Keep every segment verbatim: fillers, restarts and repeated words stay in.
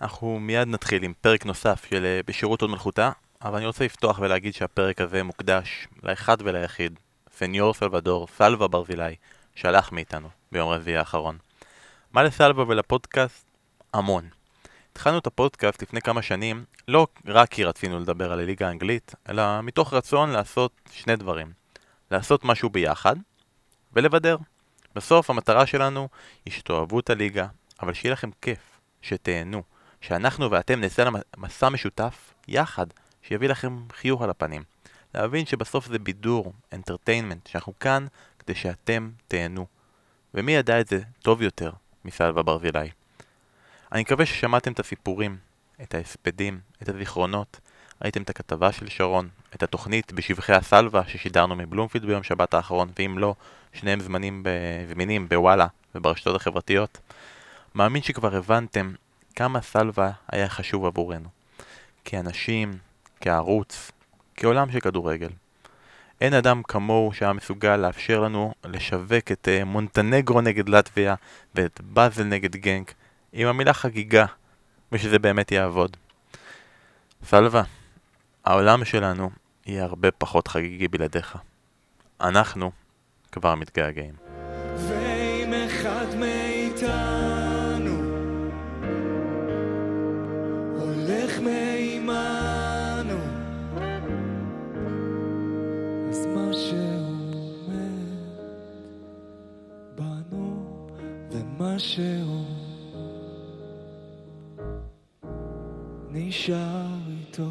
אנחנו מיד נתחיל עם פרק נוסף של אה, בשירות עוד מלכותה, אבל אני רוצה לפתוח ולהגיד שהפרק הזה מוקדש לאחד וליחיד, סניור סלבדור, סלווה ברזילי, שהלך מאיתנו ביום רביעי האחרון. מה לסלווה ולפודקאסט? המון. התחלנו את הפודקאסט לפני כמה שנים, לא רק כי רצינו לדבר על הליגה האנגלית, אלא מתוך רצון לעשות שני דברים. לעשות משהו ביחד, ולבדר. בסוף המטרה שלנו היא שתאהבו את הליגה, אבל שיהיה לכם כיף, שתהנו, שאנחנו ואתם נעשה למסע משותף יחד, שיביא לכם חיוך על הפנים. להבין שבסוף זה בידור, entertainment, שאנחנו כאן כדי שאתם תהנו. ומי ידע את זה טוב יותר מסלווה ברזילי? אני מקווה ששמעתם את הסיפורים, את ההספדים, את הזיכרונות, ראיתם את הכתבה של שרון, את התוכנית בשבחי הסלווה ששידרנו מבלומפילד ביום שבת האחרון, ואם לא, שניהם זמנים זמינים בוואלה וברשתות החברתיות. מאמין שכבר הבנתם כמה סלווה היה חשוב עבורנו. כאנשים, כערוץ, כעולם של כדורגל. אין אדם כמוהו שהיה מסוגל לאפשר לנו לשווק את מונטנגרו נגד לטביה ואת באזל נגד גנק עם המילה חגיגה, ושזה באמת יעבוד. סלווה, העולם שלנו יהיה הרבה פחות חגיגי בלעדיך. אנחנו כבר מתגעגעים. ואם אחד מאיתנו הולך מאימנו, אז מה שהוא מת בנו ומה שהוא נשאר איתו.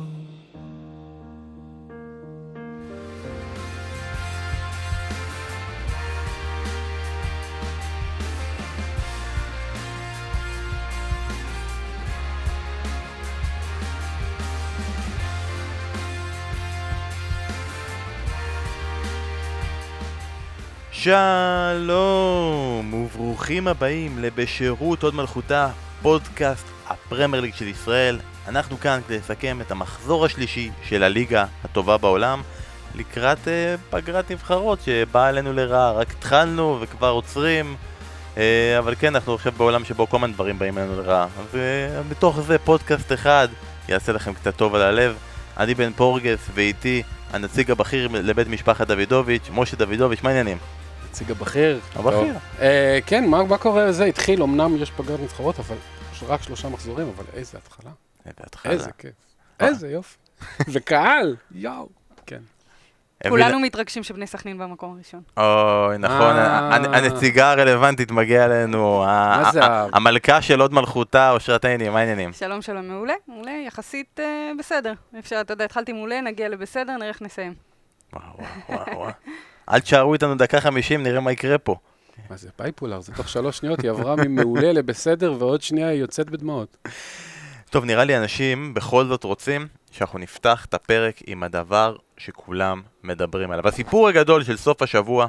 שלום וברוכים הבאים לבשירות עוד מלכותה, פודקאסט הפרמייר ליג של ישראל. אנחנו כאן כדי לסכם את המחזור השלישי של הליגה הטובה בעולם לקראת uh, פגרת נבחרות שבאה עלינו לרעה. רק התחלנו וכבר עוצרים, uh, אבל כן, אנחנו עכשיו בעולם שבו כל מיני דברים באים עלינו לרעה, ובתוך זה פודקאסט אחד יעשה לכם קצת טוב על הלב. אני בן פורגס ואיתי הנציג הבכיר לבית משפחת דוידוביץ', משה דוידוביץ'. מה העניינים? נציג הבכיר. הבכיר. אה, כן, מה, מה קורה לזה? התחיל, אמנם יש פגרת נבחרות, אבל רק שלושה מחזורים, אבל איזה התחלה. איזה התחלה. איזה כיף. איזה יופי. וקהל, יאו. כן. כולנו מתרגשים שבני סכנין במקום הראשון. אוי, נכון, הנציגה הרלוונטית מגיעה אלינו, המלכה של עוד מלכותה, אושרת עיני, מה העניינים? שלום, שלום, מעולה, מעולה, יחסית בסדר. אפשר, אתה יודע, התחלתי מעולה, נגיע לבסדר, נראה איך נסיים. וואו, וואו, וואו. אל תשארו איתנו דקה חמישים, נראה מה יקרה פה. מה זה פייפולר? זה תוך שלוש שניות, היא עברה ממעולה לבסדר, ועוד שנייה היא יוצאת בדמעות. טוב, נראה לי אנשים בכל זאת רוצים שאנחנו נפתח את הפרק עם הדבר שכולם מדברים עליו. הסיפור הגדול של סוף השבוע,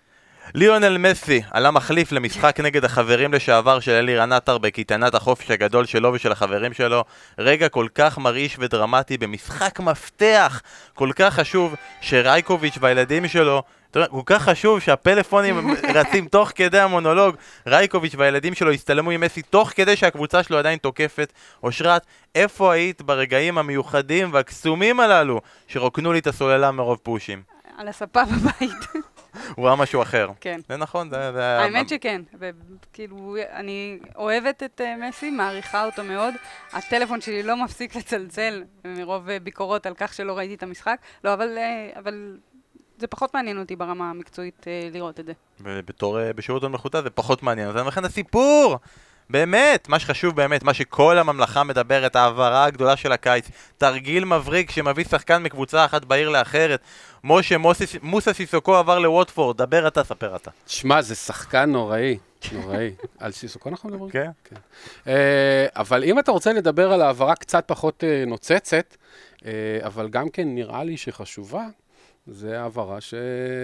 ליונל מסי עלה מחליף למשחק נגד החברים לשעבר של אלירן עטר בקייטנת החופש הגדול שלו ושל החברים שלו. רגע כל כך מרעיש ודרמטי במשחק מפתח כל כך חשוב שרייקוביץ' והילדים שלו, כל כך חשוב שהפלאפונים רצים תוך כדי המונולוג. רייקוביץ' והילדים שלו הסתלמו עם מסי תוך כדי שהקבוצה שלו עדיין תוקפת. אושרת, איפה היית ברגעים המיוחדים והקסומים הללו שרוקנו לי את הסוללה מרוב פושים? על הספה בבית. הוא ראה משהו אחר. כן. זה נכון, זה... זה... האמת שכן. וכאילו, אני אוהבת את מסי, מעריכה אותו מאוד. הטלפון שלי לא מפסיק לצלצל מרוב ביקורות על כך שלא ראיתי את המשחק. לא, אבל... אבל... זה פחות מעניין אותי ברמה המקצועית אה, לראות את זה. ובתור אה, בשירות עוד מלכותה זה פחות מעניין. אז לכן הסיפור, באמת, מה שחשוב באמת, מה שכל הממלכה מדברת, העברה הגדולה של הקיץ, תרגיל מבריק שמביא שחקן מקבוצה אחת בעיר לאחרת. משה, מוסס, מוסה סיסוקו עבר לווטפורד, דבר אתה, ספר אתה. תשמע, זה שחקן נוראי, נוראי. על סיסוקו אנחנו מדברים? כן. כן. אה, אבל אם אתה רוצה לדבר על העברה קצת פחות אה, נוצצת, אה, אבל גם כן נראה לי שחשובה, זה העברה ש...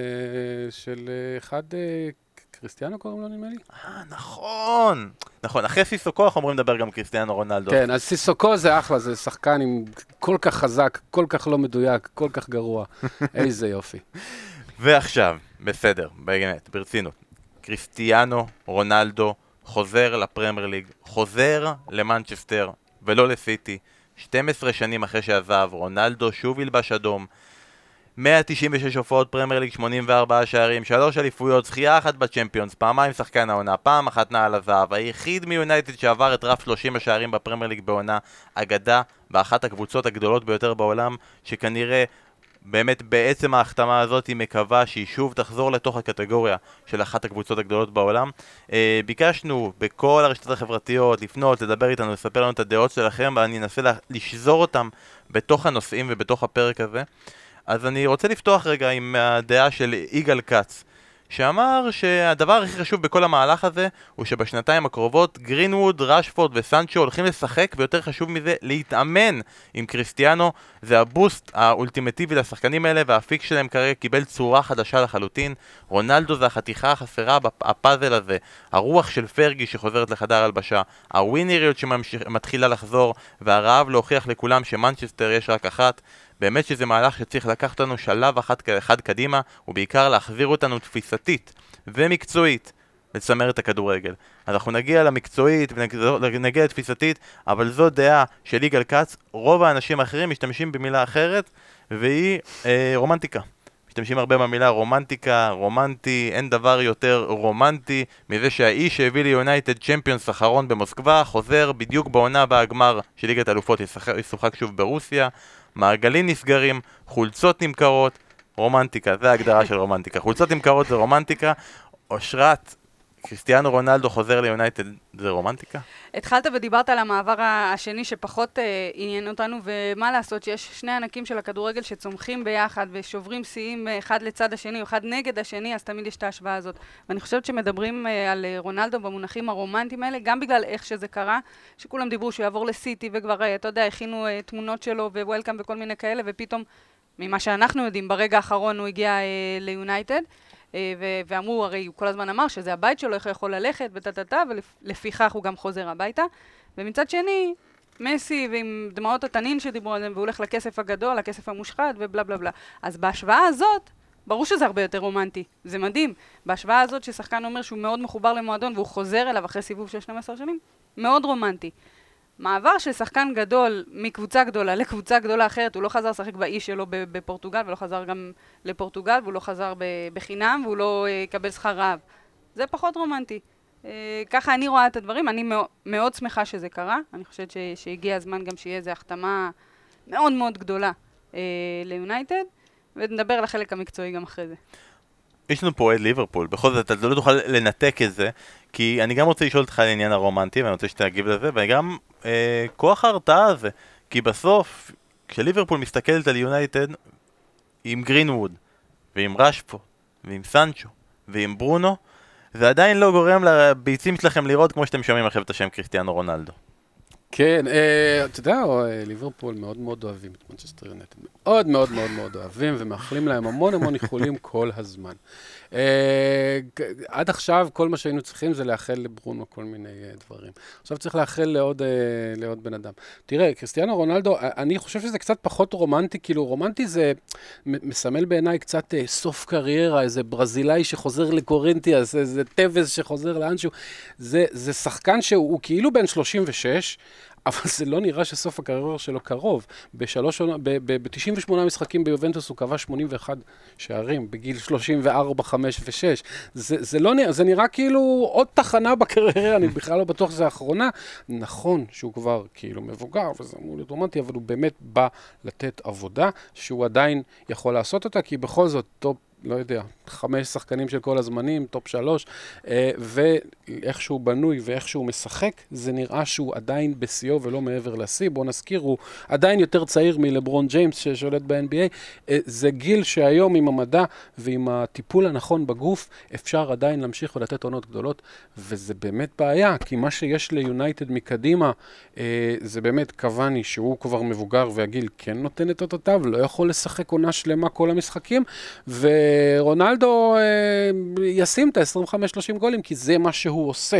של אחד, קריסטיאנו קוראים לו נדמה לי? אה, נכון. נכון, אחרי סיסוקו אנחנו אומרים לדבר גם קריסטיאנו רונלדו. כן, אז סיסוקו זה אחלה, זה שחקן עם כל כך חזק, כל כך לא מדויק, כל כך גרוע. איזה יופי. ועכשיו, בסדר, באמת, ברצינות. קריסטיאנו רונלדו חוזר לפרמייר ליג, חוזר למנצ'סטר ולא לסיטי. שתים עשרה שנים אחרי שעזב, רונלדו שוב ילבש אדום. מאה תשעים ושש הופעות פרמייר ליג, שמונים וארבעה שערים, שלוש אליפויות, זכייה אחת בצ'מפיונס, פעמיים שחקן העונה, פעם אחת נעל הזהב, היחיד מיונייטד שעבר את רף שלושים השערים בפרמייר ליג בעונה, אגדה באחת הקבוצות הגדולות ביותר בעולם, שכנראה באמת בעצם ההחתמה הזאת היא מקווה שהיא שוב תחזור לתוך הקטגוריה של אחת הקבוצות הגדולות בעולם. אה, ביקשנו בכל הרשתות החברתיות לפנות, לדבר איתנו, לספר לנו את הדעות שלכם, ואני אנסה לשזור אותם בתוך הנושאים ובתוך הפרק הזה. אז אני רוצה לפתוח רגע עם הדעה של יגאל קץ, שאמר שהדבר הכי חשוב בכל המהלך הזה הוא שבשנתיים הקרובות גרינווד, רשפורד וסנצ'ו הולכים לשחק, ויותר חשוב מזה להתאמן עם קריסטיאנו. זה הבוסט האולטימטיבי לשחקנים האלה, והאפיק שלהם כרגע קיבל צורה חדשה לחלוטין. רונלדו זה החתיכה החסרה בפאזל הזה, הרוח של פרגי שחוזרת לחדר הלבשה, הווינריות שמתחילה לחזור, והרעב להוכיח לכולם שמנצ'סטר יש רק אחת. באמת שזה מהלך שצריך לקחת אותנו שלב אחד, אחד קדימה, ובעיקר להחזיר אותנו תפיסתית ומקצועית לצמר את הכדורגל. אז אנחנו נגיע למקצועית ונגיע לתפיסתית, אבל זו דעה של יגאל קץ. רוב האנשים האחרים משתמשים במילה אחרת, והיא אה, רומנטיקה. משתמשים הרבה במילה רומנטיקה, רומנטי, אין דבר יותר רומנטי מזה שהאיש שהביא ליונייטד צ'מפיונס אחרון במוסקבה, חוזר בדיוק בעונה בהגמר של ליגת האלופות, ישוחק שוב ברוסיה, מעגלים נסגרים, חולצות נמכרות, רומנטיקה, זה ההגדרה של רומנטיקה. חולצות נמכרות זה רומנטיקה. אושרת, קריסטיאנו רונלדו חוזר ליונייטד, זה רומנטיקה? התחלת ודיברת על המעבר השני שפחות אה, עניין אותנו, ומה לעשות שיש שני ענקים של הכדורגל שצומחים ביחד ושוברים שיאים אחד לצד השני או אחד נגד השני, אז תמיד יש את ההשוואה הזאת. ואני חושבת שמדברים אה, על רונלדו במונחים הרומנטיים האלה, גם בגלל איך שזה קרה, שכולם דיברו שהוא יעבור לסיטי, וכבר, אה, אתה יודע, הכינו אה, תמונות שלו ווולקאם וכל מיני כאלה, ופתאום, ממה שאנחנו יודעים, ברגע האחרון הוא הגיע אה, ליונייטד, ואמרו, הרי הוא כל הזמן אמר שזה הבית שלו, איך הוא יכול ללכת, וטטטה, ולפיכך הוא גם חוזר הביתה. ומצד שני, מסי ועם דמעות התנין שדיברו עליהם, והוא הולך לכסף הגדול, לכסף המושחת, ובלה בלה בלה. אז בהשוואה הזאת, ברור שזה הרבה יותר רומנטי. זה מדהים. בהשוואה הזאת ששחקן אומר שהוא מאוד מחובר למועדון, והוא חוזר אליו אחרי סיבוב של שתים עשרה שנים, מאוד רומנטי. מעבר של שחקן גדול מקבוצה גדולה לקבוצה גדולה אחרת, הוא לא חזר לשחק באיש שלו בפורטוגל, ולא חזר גם לפורטוגל, והוא לא חזר בחינם, והוא לא יקבל שכר רעב. זה פחות רומנטי. ככה אני רואה את הדברים, אני מאוד שמחה שזה קרה, אני חושבת שהגיע הזמן גם שיהיה איזו החתמה מאוד מאוד גדולה ליונייטד, ונדבר על החלק המקצועי גם אחרי זה. יש לנו פה את ליברפול, בכל זאת אתה לא תוכל לנתק את זה, כי אני גם רוצה לשאול אותך על העניין הרומנטי, ואני רוצה שתגיב לזה, וגם אה, כוח ההרתעה הזה, כי בסוף, כשליברפול מסתכלת על יונייטד, עם גרינווד, ועם רשפורד, ועם סנצ'ו, ועם ברונו, זה עדיין לא גורם לביצים שלכם לראות כמו שאתם שומעים עכשיו את השם קריסטיאנו רונלדו. כן, אתה יודע, ליברפול מאוד מאוד אוהבים את מנצ'סטר יונייטד, מאוד מאוד מאוד מאוד אוהבים, ומאחלים להם המון המון איחולים כל הזמן. עד עכשיו כל מה שהיינו צריכים זה לאחל לברונו כל מיני דברים. עכשיו צריך לאחל לעוד, לעוד בן אדם. תראה, קריסטיאנו רונלדו, אני חושב שזה קצת פחות רומנטי, כאילו רומנטי זה מסמל בעיניי קצת סוף קריירה, איזה ברזילאי שחוזר לקורינתיאס, איזה טבז שחוזר לאנשהו. זה, זה שחקן שהוא כאילו בן שלושים ושש, אבל זה לא נראה שסוף הקריירה שלו קרוב. ב-תשעים ושמונה משחקים ביובנטוס הוא קבע שמונים ואחד שערים, בגיל שלושים וארבע, חמש ושש. זה, זה לא נראה, זה נראה כאילו עוד תחנה בקריירה, אני בכלל לא בטוח שזה האחרונה. נכון שהוא כבר כאילו מבוגר, וזה אמור להיות רומנטי, אבל הוא באמת בא לתת עבודה, שהוא עדיין יכול לעשות אותה, כי בכל זאת טופ, לא יודע, חמש שחקנים של כל הזמנים, טופ שלוש, ואיך שהוא בנוי ואיך שהוא משחק, זה נראה שהוא עדיין בסיו ולא מעבר לשיא. בואו נזכיר, הוא עדיין יותר צעיר מלברון ג'יימס ששולט ב-אן בי איי. זה גיל שהיום עם המדע ועם הטיפול הנכון בגוף, אפשר עדיין להמשיך ולתת עונות גדולות, וזה באמת בעיה, כי מה שיש ליונייטד מקדימה, זה באמת קוואני שהוא כבר מבוגר והגיל כן נותן את אותותיו, לא יכול לשחק עונה שלמה כל המשחקים, ורונלדו ישים את ה-עשרים וחמש שלושים גולים, כי זה מה שהוא עושה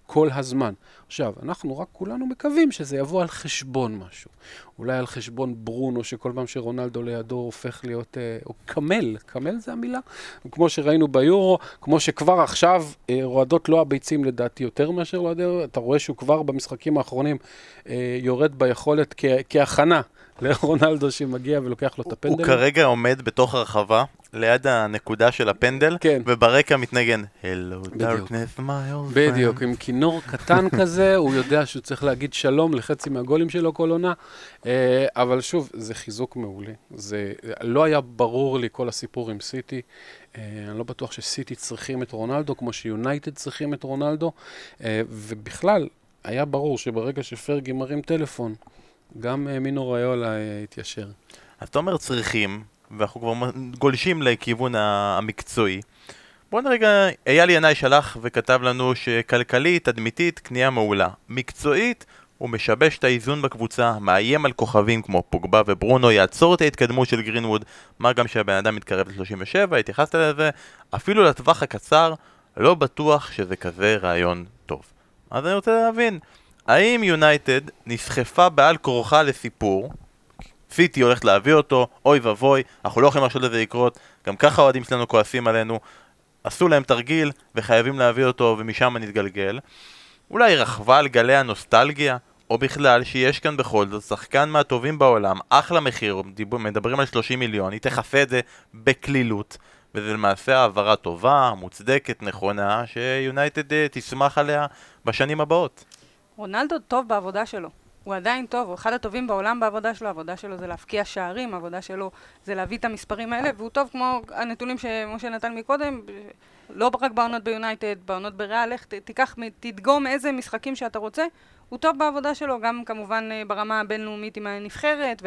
כל הזמן. עכשיו, אנחנו רק כולנו מקווים שזה יבוא על חשבון משהו. אולי על חשבון ברונו, שכל פעם שרונלדו לידו הופך להיות, אה, או קמל, קמל זה המילה? כמו שראינו ביורו, כמו שכבר עכשיו אה, רועדות לו הביצים לדעתי יותר מאשר רועדות, אתה רואה שהוא כבר במשחקים האחרונים אה, יורד ביכולת כ- כהכנה לרונלדו שמגיע ולוקח לו את הפנדל. הוא כרגע עומד בתוך הרחבה, ליד הנקודה של הפנדל, כן. וברקע מתנגן, Hello בדיוק. darkness my old friend. בדיוק, עם כינור קטן כזה, הוא יודע שהוא צריך להגיד שלום לחצי מהגולים שלו כל עונה, אה, אבל שוב, זה חיזוק מעולה. זה לא היה ברור לי כל הסיפור עם סיטי, אה, אני לא בטוח שסיטי צריכים את רונלדו, כמו שיונייטד צריכים את רונלדו, אה, ובכלל, היה ברור שברגע שפרגי מרים טלפון, גם אה, מינו ריולה אה, התיישר. אז אתה אומר צריכים, ואנחנו כבר גולשים לכיוון המקצועי. בואו נרגע, אייל ינאי שלח וכתב לנו שכלכלית, תדמיתית, קנייה מעולה. מקצועית, הוא משבש את האיזון בקבוצה, מאיים על כוכבים כמו פוגבה וברונו, יעצור את ההתקדמות של גרינווד, מה גם שהבן אדם מתקרב ל-שלושים ושבע, התייחסת לזה, אפילו לטווח הקצר, לא בטוח שזה כזה רעיון טוב. אז אני רוצה להבין, האם יונייטד נסחפה בעל כורחה לסיפור, סיטי הולכת להביא אותו, אוי ובוי, אנחנו לא יכולים להרשות לזה לקרות, גם ככה האוהדים שלנו כועסים עלינו, עשו להם תרגיל וחייבים להביא אותו ומשם נתגלגל. אולי רחבה על גלי הנוסטלגיה, או בכלל שיש כאן בכל זאת שחקן מהטובים בעולם, אחלה מחיר, מדברים על שלושים מיליון, היא תחפה את זה בכלילות, וזה למעשה העברה טובה, מוצדקת, נכונה, שיונייטד תשמח עליה בשנים הבאות. רונלדו טוב בעבודה שלו. הוא עדיין טוב, הוא אחד הטובים בעולם בעבודה שלו, העבודה שלו זה להפקיע שערים, העבודה שלו זה להביא את המספרים האלה, והוא טוב כמו הנתונים שמשה נתן מקודם, לא רק בעונות ביונייטד, בעונות בריאל, לך תיקח, תדגום איזה משחקים שאתה רוצה, הוא טוב בעבודה שלו, גם כמובן ברמה הבינלאומית עם הנבחרת,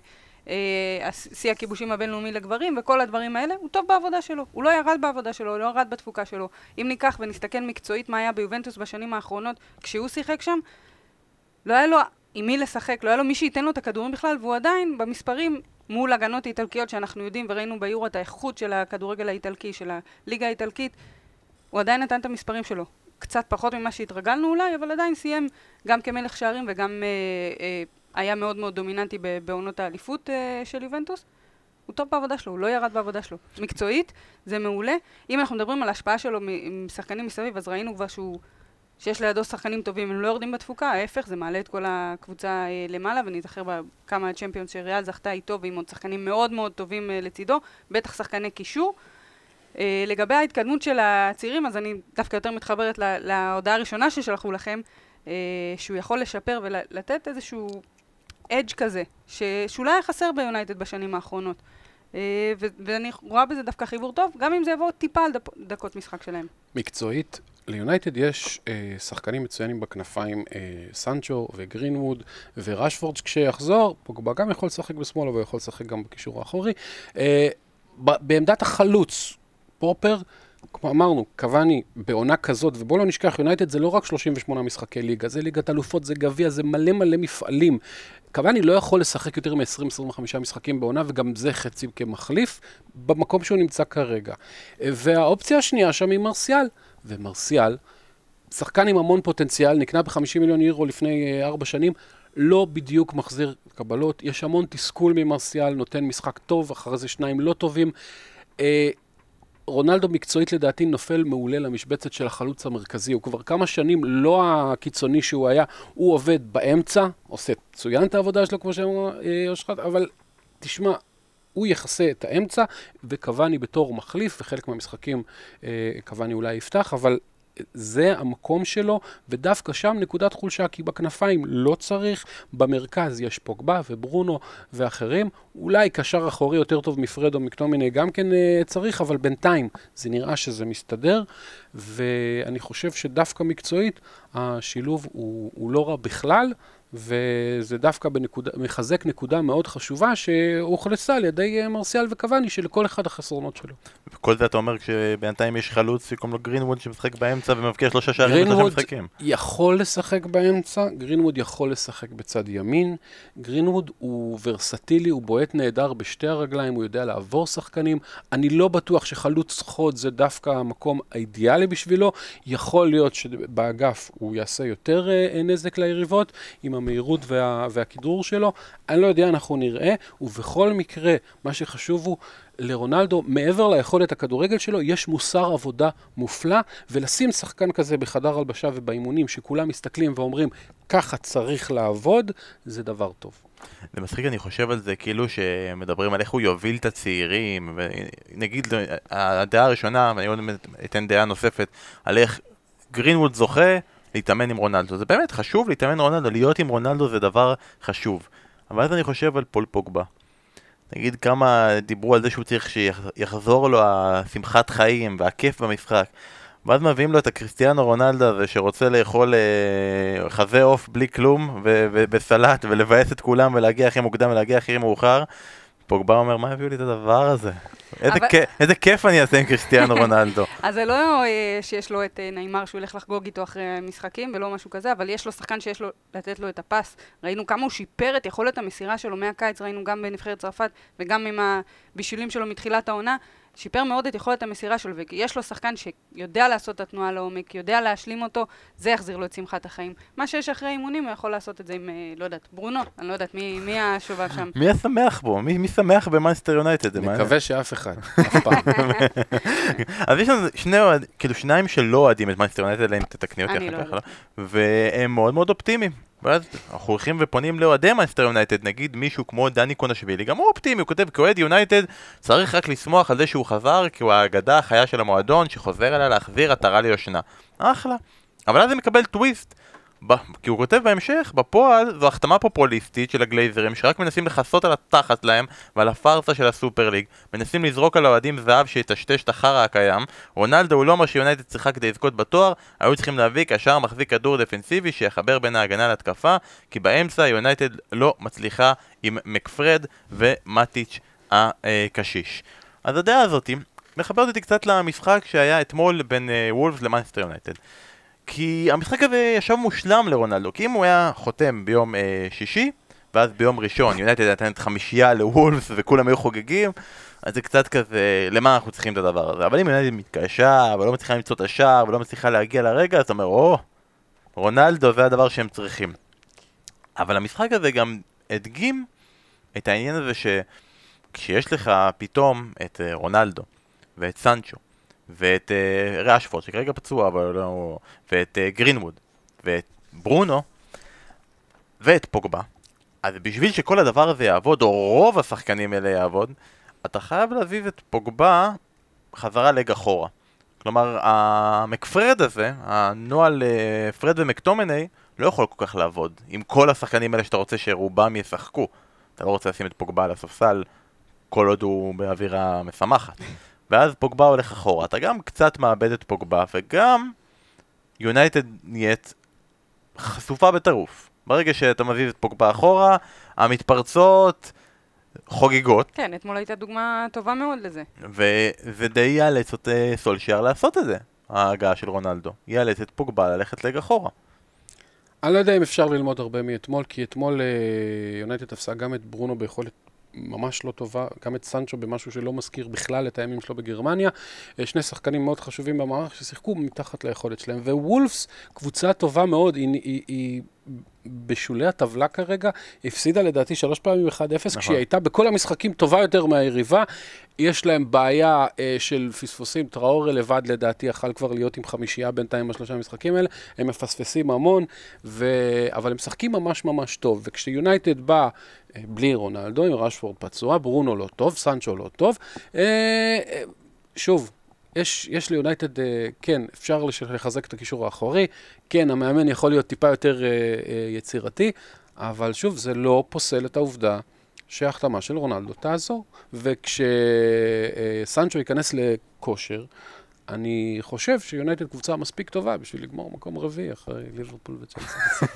ושיא הכיבושים הבינלאומי לגברים, וכל הדברים האלה, הוא טוב בעבודה שלו, הוא לא ירד בעבודה שלו, הוא לא ירד בתפוקה שלו. אם ניקח ונסתכל מקצועית מה היה ביובנטוס בשנים האחרונות, כשהוא שיחק שם, לא היה לו עם מי לשחק, לא היה לו מי שייתן לו את הכדורים בכלל, והוא עדיין במספרים מול הגנות האיטלקיות שאנחנו יודעים וראינו ביורו את האיכות של הכדורגל האיטלקי, של הליגה האיטלקית, הוא עדיין נתן את המספרים שלו. קצת פחות ממה שהתרגלנו אולי, אבל עדיין סיים גם כמלך שערים וגם אה, אה, היה מאוד מאוד דומיננטי בעונות האליפות אה, של יובנטוס. הוא טוב בעבודה שלו, הוא לא ירד בעבודה שלו. מקצועית, זה מעולה. אם אנחנו מדברים על ההשפעה שלו עם שחקנים מסביב, אז ראינו כבר שהוא שיש לידו שחקנים טובים, הם לא יורדים בתפוקה, ההפך, זה מעלה את כל הקבוצה אה, למעלה, ואני אזכר בכמה הצ'מפיונס שריאל זכתה איתו, ועם עוד שחקנים מאוד מאוד טובים אה, לצידו, בטח שחקני קישור. אה, לגבי ההתקדמות של הצעירים, אז אני דווקא יותר מתחברת לה, להודעה הראשונה ששלחו לכם, אה, שהוא יכול לשפר ולתת איזשהו אדג' כזה, ש, שאולי היה חסר ביונייטד בשנים האחרונות. אה, ו- ואני רואה בזה דווקא חיבור טוב, גם אם זה יבוא טיפה על דפ- דקות משחק שלהם. מקצועית, ליונייטד יש אה, שחקנים מצוינים בכנפיים, אה, סנצ'ו וגרינווד ורשפורד, כשיחזור, פוגבה גם יכול לשחק בשמאל, אבל יכול לשחק גם בקישור האחורי. אה, ב- בעמדת החלוץ, פרופר, כמו אמרנו, קוואני בעונה כזאת, ובואו לא נשכח, יונייטד זה לא רק שלושים ושמונה משחקי ליגה, זה ליגת אלופות, זה גביע, זה מלא מלא מפעלים. קוואני לא יכול לשחק יותר מ-עשרים עד עשרים וחמישה משחקים בעונה, וגם זה חצי כמחליף, במקום שהוא נמצא כרגע. והאופציה השנייה שם היא מרסיאל, ומרסיאל, שחקן עם המון פוטנציאל, נקנה ב-חמישים מיליון יורו לפני ארבע שנים, לא בדיוק מחזיר קבלות, יש המון תסכול ממרסיאל, נותן משחק טוב, אחרי זה שניים לא טובים. רונלדו מקצועית לדעתי נופל מעולה למשבצת של החלוץ המרכזי, הוא כבר כמה שנים לא הקיצוני שהוא היה, הוא עובד באמצע, עושה צוין את העבודה שלו כמו שאמרה אושרת, אבל תשמע, הוא יחסה את האמצע, וקוואני בתור מחליף, וחלק מהמשחקים קוואני אולי יפתח, אבל זה המקום שלו, ודווקא שם נקודת חולשה, כי בכנפיים לא צריך, במרכז יש פוגבה וברונו ואחרים, אולי קשר אחורי יותר טוב מפרדו מקטומיני גם כן צריך, אבל בינתיים זה נראה שזה מסתדר, ואני חושב שדווקא מקצועית השילוב הוא, הוא לא רע בכלל, וזה דווקא בנקודה, מחזק נקודה מאוד חשובה שהוכנסה על ידי מרסיאל וקוואני שלכל אחד החסרונות שלו. וכל זה אתה אומר כשבינתיים יש חלוץ שקוראים לו גרינווד שמשחק באמצע ומבקיע שלושה שערים בשלושה משחקים. גרינווד יכול לשחק באמצע, גרינווד יכול לשחק בצד ימין, גרינווד הוא ורסטילי, הוא בועט נהדר בשתי הרגליים, הוא יודע לעבור שחקנים, אני לא בטוח שחלוץ חוד זה דווקא המקום האידיאלי בשבילו, יכול להיות שבאגף הוא יעשה יותר נזק ליריבות עם המהירות וה, והכדרור שלו. אני לא יודע, אנחנו נראה, ובכל מקרה, מה שחשוב הוא, לרונלדו, מעבר ליכולת הכדורגל שלו, יש מוסר עבודה מופלא, ולשים שחקן כזה בחדר הלבשה ובאימונים, שכולם מסתכלים ואומרים, ככה צריך לעבוד, זה דבר טוב. זה מצחיק, אני חושב על זה כאילו שמדברים על איך הוא יוביל את הצעירים, ונגיד, הדעה הראשונה, ואני עוד אתן דעה נוספת, על איך גרינווד זוכה להתאמן עם רונלדו. זה באמת חשוב להתאמן עם רונלדו, להיות עם רונלדו זה דבר חשוב. אבל אז אני חושב על פול פוגבה. נגיד כמה דיברו על זה שהוא צריך שיחזור לו השמחת חיים והכיף במשחק. ואז מביאים לו את הקריסטיאנו רונלדו הזה שרוצה לאכול אה, חזה אוף בלי כלום ו- ו- בסלט ולבאס את כולם ולהגיע הכי מוקדם ולהגיע הכי מאוחר. פוגבה אומר, מה הביאו לי את הדבר הזה? איזה, אבל... כ- איזה כיף אני אעשה עם קריסטיאנו רונלדו. אז זה לא אה, שיש לו את אה, ניימר שהוא ילך לחגוג איתו אחרי משחקים ולא משהו כזה, אבל יש לו שחקן שיש לו לתת לו את הפס. ראינו כמה הוא שיפר את יכולת המסירה שלו מהקיץ, ראינו גם בנבחרת צרפת וגם עם הבישולים שלו מתחילת העונה. שיפר מאוד את יכולת המסירה שלו, ויש לו שחקן שיודע לעשות את התנועה לעומק, יודע להשלים אותו, זה יחזיר לו את שמחת החיים. מה שיש אחרי אימונים, הוא יכול לעשות את זה עם, לא יודעת, ברונו, אני לא יודעת, מי, מי השובב שם? מי השמח בו? מי, מי שמח במאנסטר יונייטד? מקווה שאף אחד, אף פעם. אז יש לנו שני, כאילו שניים שלא אוהדים את מאנסטר יונייטד, אלא אם תתקני אותי אחר כך, והם מאוד מאוד אופטימיים. ואז אנחנו הולכים ופונים לאוהדי מאנסטר יונייטד, נגיד מישהו כמו דני קונשווילי, גם הוא אופטימי, הוא כותב, כאוהד יונייטד צריך רק לשמוח על זה שהוא חזר, כי הוא האגדה החיה של המועדון, שחוזר אליה להחזיר עטרה ליושנה. אחלה. אבל אז זה מקבל טוויסט, ב- כי הוא כותב בהמשך, בפועל זו החתמה פופוליסטית של הגלייזרים, שרק מנסים לחסות על התחת להם ועל הפרסה של הסופר ליג, מנסים לזרוק על האוהדים זהב שיטשטש את החרא הקיים. רונלדו הוא לא מה שיונייטד צריכה כדי לזכות בתואר, היו צריכים להביא כאשר מחזיק כדור דפנסיבי שיחבר בין ההגנה להתקפה, כי באמצע יונייטד לא מצליחה עם מקפרד ומטיץ' הקשיש. אז הדעה הזאת מחברת אותי קצת למשחק שהיה אתמול בין וולפס למאנסטר יונייטד. כי המשחק הזה ישב מושלם לרונלדו, כי אם הוא היה חותם ביום אה, שישי, ואז ביום ראשון יונייטד נתנת חמישייה לוולפס וכולם היו חוגגים, אז זה קצת כזה, למה אנחנו צריכים את הדבר הזה? אבל אם יונייטד מתקשה, ולא מצליחה למצוא את השער, ולא מצליחה להגיע לרגע, אז אתה אומר, או, רונלדו זה הדבר שהם צריכים. אבל המשחק הזה גם הדגים את העניין הזה שכשיש לך פתאום את אה, רונלדו ואת סנצ'ו, ואת uh, ראשפורד, שכרגע פצוע, אבל לא... ואת uh, גרינווד, ואת ברונו, ואת פוגבה. אז בשביל שכל הדבר הזה יעבוד, או רוב השחקנים האלה יעבוד, אתה חייב להזיז את פוגבה חזרה לג אחורה. כלומר, המקפרד הזה, הנועל uh, פרד ומקטומני, לא יכול כל כך לעבוד. עם כל השחקנים האלה שאתה רוצה שרובם ישחקו. אתה לא רוצה לשים את פוגבה על הספסל, כל עוד הוא באווירה משמחת. ואז פוגבה הולך אחורה, אתה גם קצת מאבד את פוגבה, וגם יונייטד נהיית חשופה בטירוף. ברגע שאתה מביא את פוגבה אחורה, המתפרצות חוגגות. כן, אתמול הייתה דוגמה טובה מאוד לזה. וזה די יאלץ את סולשייר לעשות את זה, ההגעה של רונלדו. יאלץ את פוגבה ללכת לג אחורה. אני לא יודע אם אפשר ללמוד הרבה מאתמול, כי אתמול יונייטד תפסה גם את ברונו ביכולת ממש לא טובה, גם את סנצ'ו במשהו שלא מזכיר בכלל את הימים שלו בגרמניה. שני שחקנים מאוד חשובים במערך ששיחקו מתחת ליכולת שלהם. ווולפס, קבוצה טובה מאוד, היא, היא, היא בשולי הטבלה כרגע, הפסידה לדעתי שלוש פעמים אחד אפס, נכון. כשהיא הייתה בכל המשחקים טובה יותר מהיריבה. יש להם בעיה אה, של פספוסים, טראורה לבד לדעתי יכל כבר להיות עם חמישייה בינתיים בשלושה המשחקים האלה, הם מפספסים המון, ו... אבל הם משחקים ממש ממש טוב, וכשיונייטד בא אה, בלי רונלדו, עם ראשפורד פצוע, ברונו לא טוב, סנצ'ו לא טוב, אה, אה, שוב, יש, יש ליונייטד, אה, כן, אפשר לחזק את הקישור האחורי, כן, המאמן יכול להיות טיפה יותר אה, אה, יצירתי, אבל שוב, זה לא פוסל את העובדה שההחתמה של רונלדו תעזור, וכשסנצ'ו ייכנס לכושר, אני חושב שיונייטד קבוצה מספיק טובה בשביל לגמור מקום רביעי אחרי ליברפול וצ'לסי.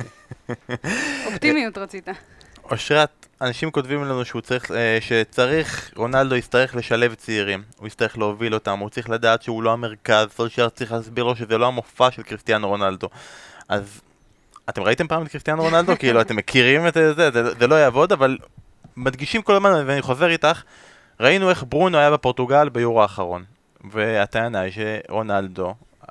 אופטימיות רצית. אושרת, אנשים כותבים לנו שהוא צריך, שצריך, רונלדו יצטרך לשלב צעירים, הוא יצטרך להוביל אותם, הוא צריך לדעת שהוא לא המרכז, סולשייר צריך להסביר לו שזה לא המופע של קריסטיאנו רונלדו. אז אתם ראיתם פעם את קריסטיאנו רונלדו? כאילו, אתם מכירים את זה, זה, זה לא יעבוד, אבל מדגישים כל הזמן, ואני חוזר איתך, ראינו איך ברונו היה בפורטוגל ביורו האחרון, והטענה היא שרונלדו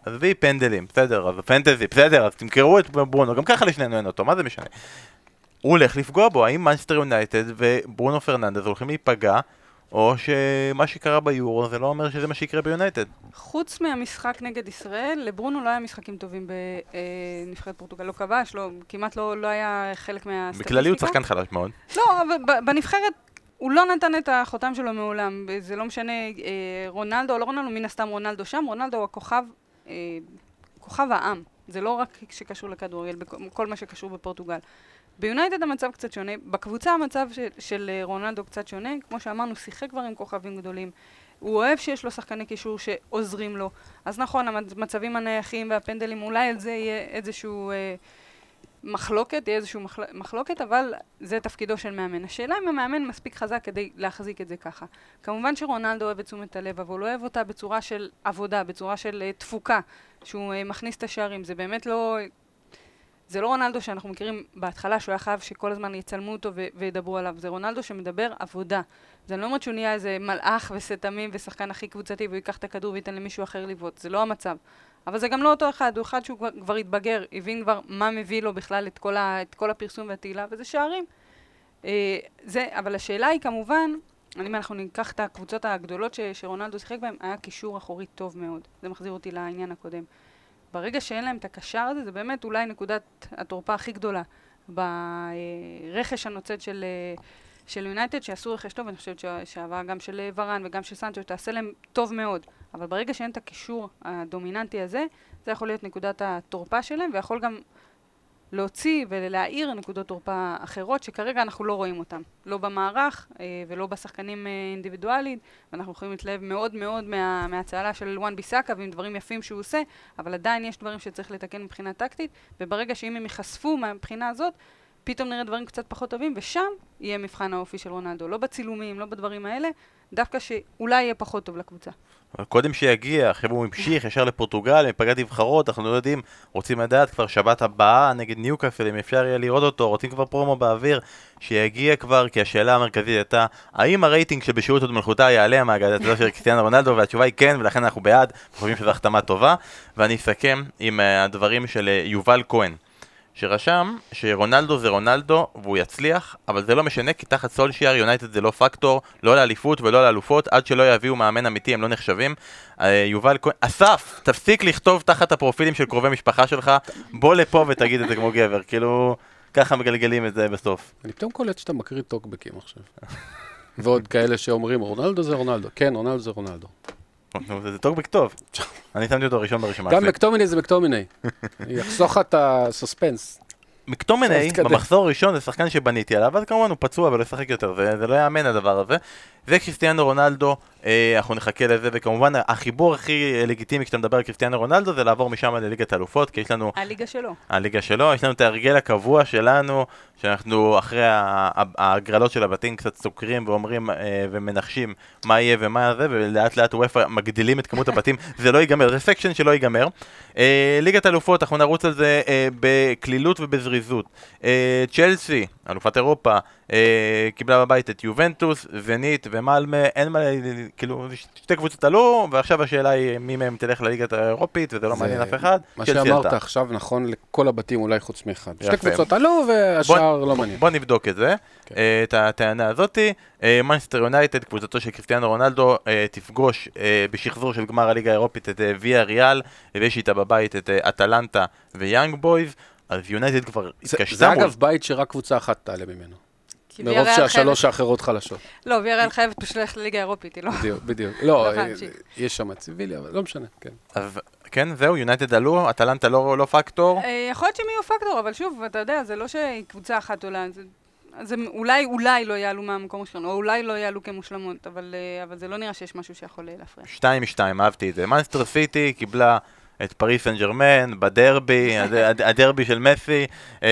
עזבי פנדלים, בסדר, אז פנטזי, בסדר, אז תמכרו את ברונו, גם ככה לשנינו אין אותו, מה זה משנה? הוא הולך לפגוע בו, האם מנצ'סטר יונייטד וברונו פרננדז הולכים להיפגע, או שמה שקרה ביורו זה לא אומר שזה מה שיקרה ביונייטד? חוץ מהמשחק נגד ישראל, לברונו לא היה משחקים טובים בנבחרת פורטוגל, לא כבש, לא, כמעט לא, לא היה חלק מהסטטיסטיקה. בכללי הוא שחקן חלש מאוד. לא, אבל ב- בנבחרת הוא לא נתן את החותם שלו מעולם, זה לא משנה אה, רונלדו או לא רונלדו, מן הסתם רונלדו שם, רונלדו הוא הכוכב, אה, כוכב העם, זה לא רק שקשור לכדורגל, בכל מה שקשור בפורטוגל. ביונייטד המצב קצת שונה, בקבוצה המצב של, של רונלדו קצת שונה, כמו שאמרנו, שיחק כבר עם כוכבים גדולים, הוא אוהב שיש לו שחקני קישור שעוזרים לו, אז נכון, המצבים הנייחים והפנדלים, אולי על זה יהיה איזשהו אה, מחלוקת, יהיה איזשהו מחל... מחלוקת, אבל זה תפקידו של מאמן. השאלה אם המאמן מספיק חזק כדי להחזיק את זה ככה. כמובן שרונלדו אוהב את תשומת הלב, אבל הוא אוהב אותה בצורה של עבודה, בצורה של uh, תפוקה, שהוא uh, מכניס את השערים, זה באמת לא... זה לא רונלדו שאנחנו מכירים בהתחלה, שהוא היה חייב שכל הזמן יצלמו אותו ו- וידברו עליו. זה רונלדו שמדבר עבודה. זה לא אומרת שהוא נהיה איזה מלאך וסתמים ושחקן הכי קבוצתי, והוא ייקח את הכדור וייתן למישהו אחר לבעוט. זה לא המצב. אבל זה גם לא אותו אחד, הוא אחד שהוא כבר, כבר התבגר, הבין כבר מה מביא לו בכלל את כל, ה- את כל הפרסום והתהילה, וזה שערים. אה, זה, אבל השאלה היא כמובן, אם אנחנו ניקח את הקבוצות הגדולות ש- שרונלדו שיחק בהן, היה קישור אחורי טוב מאוד. זה מחזיר אותי לעניין הקודם. ברגע שאין להם את הקשר הזה, זה באמת אולי נקודת התורפה הכי גדולה ברכש הנוצד של, של יונייטד, שעשו רכש טוב, אני חושבת שהעבר גם של ורן וגם של סנצ'ו, תעשה להם טוב מאוד. אבל ברגע שאין את הקישור הדומיננטי הזה, זה יכול להיות נקודת התורפה שלהם, ויכול גם להוציא ולהעיר נקודות תורפה אחרות, שכרגע אנחנו לא רואים אותן. לא במערך ולא בשחקנים אינדיבידואליים, ואנחנו יכולים להתלהב מאוד מאוד מה, מהצהלה של וואן ביסאקה, ועם דברים יפים שהוא עושה, אבל עדיין יש דברים שצריך לתקן מבחינה טקטית, וברגע שאם הם ייחשפו מהבחינה הזאת, פתאום נראה דברים קצת פחות טובים, ושם יהיה מבחן האופי של רונלדו. לא בצילומים, לא בדברים האלה, דווקא שאולי יהיה פחות טוב לקבוצה. אבל קודם שיגיע, אחרי הוא המשיך ישר לפורטוגל, מפגע נבחרות, אנחנו לא יודעים, רוצים לדעת כבר שבת הבאה נגד ניוקאסל, אם אפשר יהיה לראות אותו, רוצים כבר פרומו באוויר, שיגיע כבר, כי השאלה המרכזית הייתה, האם הרייטינג שבשירות עוד מלכותה יעלה מהגדתו של קריסטיאנו רונלדו, והתשובה היא כן, ולכן אנחנו בעד, חושבים שזו החתמה טובה, ואני אסכם עם הדברים של יובל כהן. שרשם שרונלדו זה רונלדו והוא יצליח, אבל זה לא משנה כי תחת סולשייר יונייטד זה לא פקטור, לא לאליפות ולא לאלופות, עד שלא יביאו מאמן אמיתי הם לא נחשבים. יובל כהן, אסף, תפסיק לכתוב תחת הפרופילים של קרובי משפחה שלך, בוא לפה ותגיד את זה כמו גבר, כאילו ככה מגלגלים את זה בסוף. אני פתאום קולט שאתה מקריא טוקבקים עכשיו. ועוד כאלה שאומרים רונלדו זה רונלדו, כן רונלדו זה רונלדו. זה טוקבק טוב, אני שמתי אותו ראשון ברשימה. גם מקטומיני זה מקטומיני, יחסוך את הסוספנס. מקטומיני, במחזור הראשון זה שחקן שבניתי עליו, אז כמובן הוא פצוע ולא ישחק יותר, זה, זה לא יאמן הדבר הזה. וקריסטיאנו רונלדו, אה, אנחנו נחכה לזה, וכמובן החיבור הכי לגיטימי כשאתה מדבר על קריסטיאנו רונלדו זה לעבור משם לליגת האלופות, כי יש לנו... הליגה שלו. הליגה שלו, יש לנו את ההרגל הקבוע שלנו, שאנחנו אחרי ההגרלות של הבתים קצת סוקרים ואומרים אה, ומנחשים מה יהיה ומה זה, ולאט לאט וופא מגדילים את כמות הבתים, זה לא ייגמר, זה סקשן שלא ייגמר. אה, ליגת האלופות, אנחנו נרוץ על זה אה, בקלילות ובזריזות. אה, צ'לסי, אלופת אירופה, אה, קיבלה בבית את יובנטוס, זנית ומלמה, אין מה, כאילו, שתי קבוצות עלו, ועכשיו השאלה היא מי מהם תלך לליגת האירופית, וזה לא מעניין אף אחד. מה שאמרת עכשיו נכון לכל הבתים אולי חוץ מאחד. שתי קבוצות עלו והשאר לא מעניין. בוא נבדוק את זה, את הטענה הזאת. מנצ'סטר יונייטד, קבוצתו של קריסטיאנו רונלדו, תפגוש בשחזור של גמר הליגה האירופית את ויה ריאל, ויש איתה בבית את אטלנטה ויאנג בויז, אז יונייטד כבר התקשתה. זה אגב בית שרק קבוצה אחת תעלה ממנו. מרוב שהשלוש האחרות חלשות. לא, ויה ריאל חייבת פשוט ללכת לליגה האירופית, לא? בדיוק, בדיוק. לא, יש שם ציבילי, אבל לא משנה, כן. אז כן, זהו, יונייטד עלו, אטלנטה לא פקטור. יכול להיות שהם יהיו פקטור, אבל שוב, אתה יודע, זה לא שקבוצה אחת עולה, זה אולי, אולי לא יעלו מהמקום השכן, או אולי לא יעלו כמושלמות, אבל זה לא נראה שיש משהו שיכול להפריע. שתיים משתיים, אהבתי את זה. מנצ'סטר סיטי קיבלה את פריס סן ז'רמן, בדרבי, הדרבי של מסי,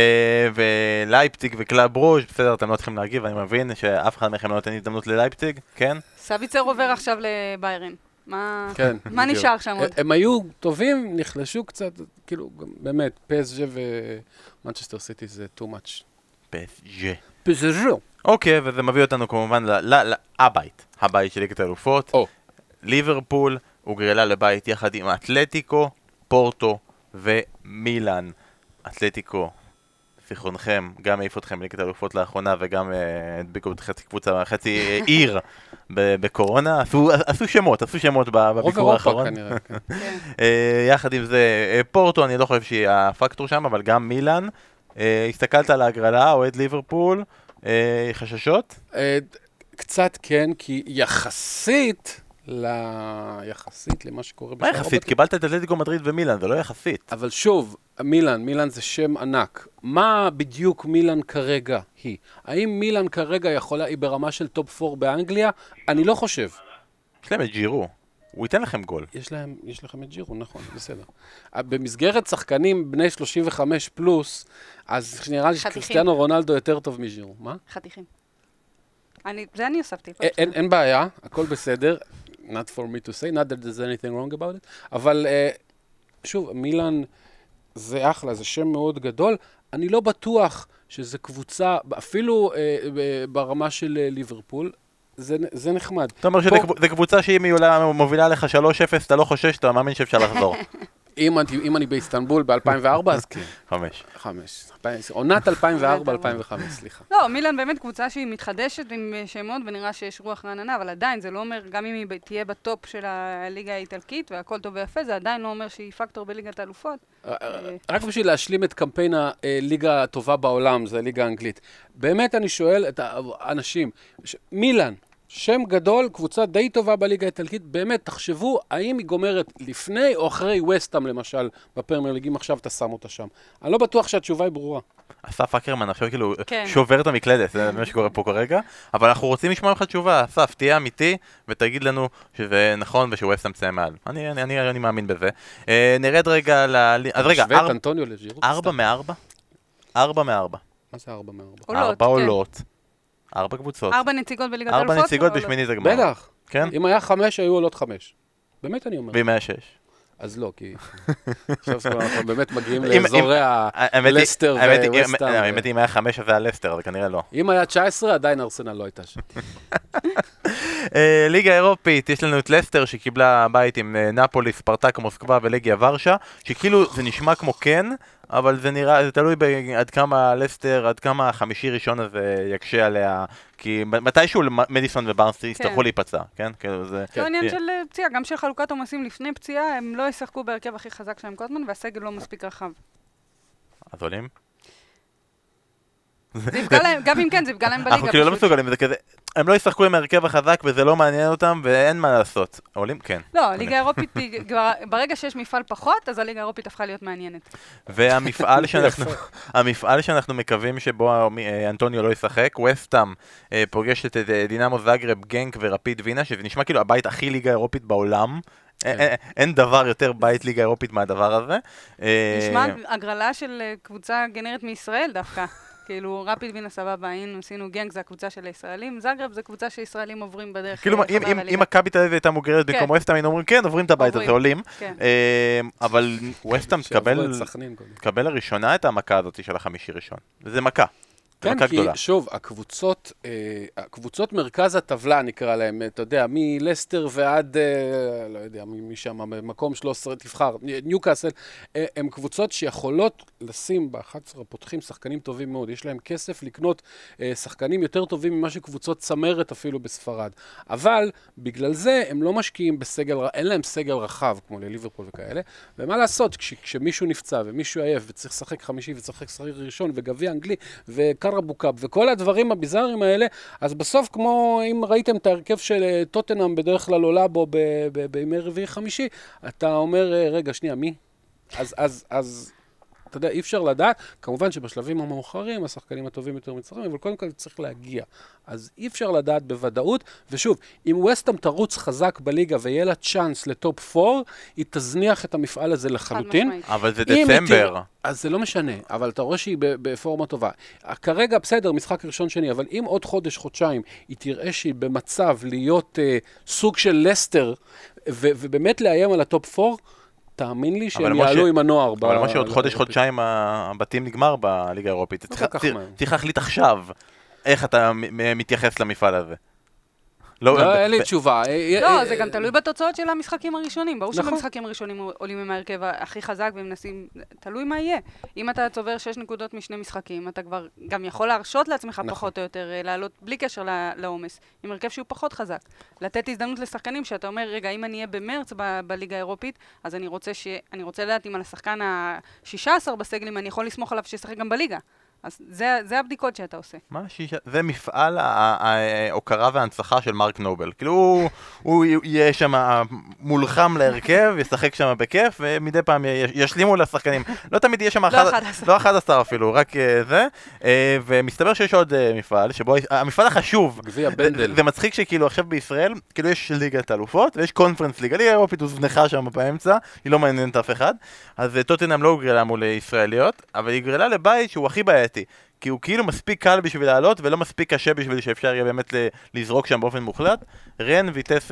ולייפציג וקלאב רוז', בסדר, אתם לא צריכים להגיב, אני מבין שאף אחד מכם לא נותן הזדמנות ללייפציג, כן? סביצר עובר עכשיו לביירן. מה נשאר שם עוד? הם היו טובים, נחלשו קצת, כאילו, באמת, פי אס ג'י ומנצ'סטר סיטי זה too much. פי אס ג'י. פי אס ג'י. אוקיי, וזה מביא אותנו כמובן לבית, הבית של ליגת האלופות. ליברפול הוגרלה לבית יחד עם אתלטיקו, פורטו ומילאן. אתלטיקו, זיכרונכם, גם העיף אתכם בליגת האלופות לאחרונה וגם הדביקו uh, חצי קבוצה, חצי עיר בקורונה. עשו, עשו שמות, עשו שמות בביקור האחרון. כנראה, כן. uh, יחד עם זה, uh, פורטו, אני לא חושב שהיא הפקטור שם, אבל גם מילאן. Uh, הסתכלת על ההגרלה, אוהד ליברפול, uh, חששות? Uh, קצת כן, כי יחסית... ל... יחסית למה שקורה מה יחסית? קיבלת את אתלטיקו מדריד ומילאן, זה לא יחסית. אבל שוב, מילאן, מילאן זה שם ענק. מה בדיוק מילאן כרגע היא? האם מילאן כרגע יכולה, היא ברמה של טופ ארבע באנגליה? אני לא חושב. יש להם את ג'ירו, הוא ייתן לכם גול. יש להם, יש לכם את ג'ירו, נכון, בסדר. במסגרת שחקנים בני שלושים וחמש פלוס, אז נראה לי שקריסטיאנו רונלדו יותר טוב מג'ירו. מה? חתיכים. אני, זה אני הוספתי. אין, אין בעיה, הכל בסדר. Not for me to say, not that there's anything wrong about it. אבל uh, שוב, מילאן זה אחלה, זה שם מאוד גדול. אני לא בטוח שזה קבוצה, אפילו uh, ברמה של uh, ליברפול, זה, זה נחמד. אתה אומר פה... שזה קבוצה שהיא מובילה לך שלוש אפס, אתה לא חושש, אתה מאמין שאפשר לחזור. אם אני, אם אני באיסטנבול ב-אלפיים וארבע, אז כן. חמש. חמש. עונת אלפיים וארבע אלפיים וחמש, סליחה. לא, מילאן באמת קבוצה שהיא מתחדשת עם שמות, ונראה שיש רוח רעננה, אבל עדיין זה לא אומר, גם אם היא תהיה בטופ של הליגה האיטלקית, והכל טוב ויפה, זה עדיין לא אומר שהיא פקטור בליגת האלופות. רק בשביל להשלים את קמפיין הליגה הטובה בעולם, זה הליגה האנגלית. באמת אני שואל את האנשים, מילאן, שם גדול, קבוצה די טובה בליגה האיטלקית, באמת, תחשבו, האם היא גומרת לפני או אחרי ווסטהאם, למשל, בפרמייר ליג, אם עכשיו אתה שם אותה שם. אני לא בטוח שהתשובה היא ברורה. אסף אקרמן, עכשיו כאילו שובר את המקלדת, זה מה שקורה פה כרגע, אבל אנחנו רוצים לשמוע לך תשובה. אסף, תהיה אמיתי ותגיד לנו שזה נכון ושווסטהאם תסיים מעל. אני, אני, אני, אני מאמין בזה. נרד רגע ל... אז רגע, ארבע מארבע? ארבע מארבע. מה זה ארבע מארבע? ארבע עולות. ארבע קבוצות. ארבע נציגות בליגת האלופות? ארבע נציגות בשמינית הגמר. בטח. כן? אם היה חמש, היו עולות חמש. באמת אני אומר. ואם היה שש. אז לא, כי... עכשיו אנחנו באמת מגיעים לאזורי הלסטר וווסטהאם. האמת, אם היה חמש, אז היה לסטר, אבל כנראה לא. אם היה תשע עשרה, עדיין ארסנל לא הייתה שם. ליגה אירופית, יש לנו את לסטר שקיבלה בית עם נפולי, ספרטק, מוסקבה ולגיה ורשה, שכאילו זה נשמע כמו כן, אבל זה נראה, זה תלוי עד כמה לסטר, עד כמה החמישי ראשון הזה יקשה עליה, כי מתישהו מדיסון וברנס יצטרכו להיפצע, כן? זה לא עניין של פציעה, גם של חלוקת עומסים לפני פציעה, הם לא ישחקו בהרכב הכי חזק שלהם כל הזמן, והסגל לא מספיק רחב. אז עולים? זה יפגע להם, גם אם כן, זה יפגע להם בליגה. אנחנו כאילו לא מסוגלים, זה כזה, הם לא ישחקו עם הרכב החזק וזה לא מעניין אותם ואין מה לעשות. עולים? כן. לא, הליגה האירופית, ברגע שיש מפעל פחות, אז הליגה האירופית הפכה להיות מעניינת. והמפעל שאנחנו, המפעל שאנחנו מקווים שבו אנטוניו לא ישחק, ווסטהאם פוגשת את דינמו זאגרב, גנק ורפיד וינה, שזה נשמע כאילו הבית הכי ליגה אירופית בעולם. אין דבר יותר בית ליגה אירופית מהדבר הזה. נשמע הגרלה של קבוצה גנרית מישראל דווקא. כאילו, רפיד וינה סבבה, היינו, עשינו גנג, זה הקבוצה של הישראלים, זאגרב זה קבוצה שישראלים עוברים בדרך. כאילו, אם מכבי תל אביב הייתה מוגרת במקום ווסטהאם, היינו אומרים, כן, עוברים את הבית הזה, עולים. אבל ווסטהאם תקבל לראשונה את המכה הזאת של החמישי ראשון. זה מכה. כן, כי שוב, הקבוצות, הקבוצות מרכז הטבלה נקרא להם, אתה יודע, מלסטר ועד, לא יודע, משם, מקום שלוש עשרה תבחר, ניוקאסל, הם קבוצות שיכולות לשים ב-אחד עשר הפותחים שחקנים טובים מאוד, יש להם כסף לקנות שחקנים יותר טובים ממה שקבוצות צמרת אפילו בספרד, אבל בגלל זה הם לא משקיעים בסגל, אין להם סגל רחב כמו לליברפול וכאלה, ומה לעשות, כש, כשמישהו נפצע ומישהו עייף וצריך לשחק חמישי וצריך לשחק ראשון וגביע אנגלי וקר רבוקאפ, וכל הדברים הביזאריים האלה, אז בסוף, כמו אם ראיתם את ההרכב של טוטנהאם בדרך כלל עולה בו בימי רביעי חמישי, אתה אומר, רגע, שנייה, מי? אז, אז, אז, אתה יודע, אי אפשר לדעת, כמובן שבשלבים המאוחרים, השחקנים הטובים יותר מצטרפים, אבל קודם כל צריך להגיע. אז אי אפשר לדעת בוודאות, ושוב, אם ווסטהאם תרוץ חזק בליגה ויהיה לה צ'אנס לטופ ארבע, היא תזניח את המפעל הזה לחלוטין. אבל זה דצמבר. אז זה לא משנה, אבל אתה רואה שהיא בפורמה טובה. כרגע בסדר, משחק ראשון שני, אבל אם עוד חודש, חודשיים, היא תראה שהיא במצב להיות uh, סוג של לסטר, ו- ובאמת לאיים על הטופ ארבע, תאמין לי שהם יעלו עם הנוער. אבל מה שעוד חודש, חודשיים הבתים נגמר בליגה האירופית. צריך להחליט עכשיו איך אתה מתייחס למפעל הזה. לא, אין לי תשובה. לא, זה גם תלוי בתוצאות של המשחקים הראשונים. ברור נכון. שבמשחקים הראשונים עולים עם ההרכב הכי חזק והם מנסים, תלוי מה יהיה. אם אתה צובר שש נקודות משני משחקים, אתה כבר גם יכול להרשות לעצמך נכון. פחות או יותר, לעלות בלי קשר ל- לעומס, עם הרכב שהוא פחות חזק. לתת הזדמנות לשחקנים שאתה אומר, רגע, אם אני אהיה במרץ ב- בליגה האירופית, אז אני רוצה ש... אני רוצה לדעת אם על השחקן ה-שישה עשר בסגלים, אני יכול לסמוך עליו שישחק גם בליגה. אז זה, זה הבדיקות שאתה עושה. מה שיש... זה מפעל ההוקרה וההנצחה של מרק נובל. כאילו הוא, הוא יהיה שם מולחם להרכב, ישחק שם בכיף, ומדי פעם ישלימו לשחקנים. לא תמיד יהיה שם אחד... לא אחד עשר אפילו, רק זה. ומסתבר שיש עוד מפעל, שבו המפעל החשוב, גביע בנדל. זה מצחיק שכאילו עכשיו בישראל, כאילו יש ליגת אלופות, ויש קונפרנס ליגה, ליגה אירופית הוזנחה שם באמצע, היא לא מעניינת אף אחד. אז טוטנהאם לא הוגרלה מול ישראליות, אבל היא הוגרלה לבית שהוא הכי בעייתי. כי הוא כאילו מספיק קל בשביל לעלות, ולא מספיק קשה בשביל שאפשר יהיה באמת לזרוק שם באופן מוחלט. רן, ויטס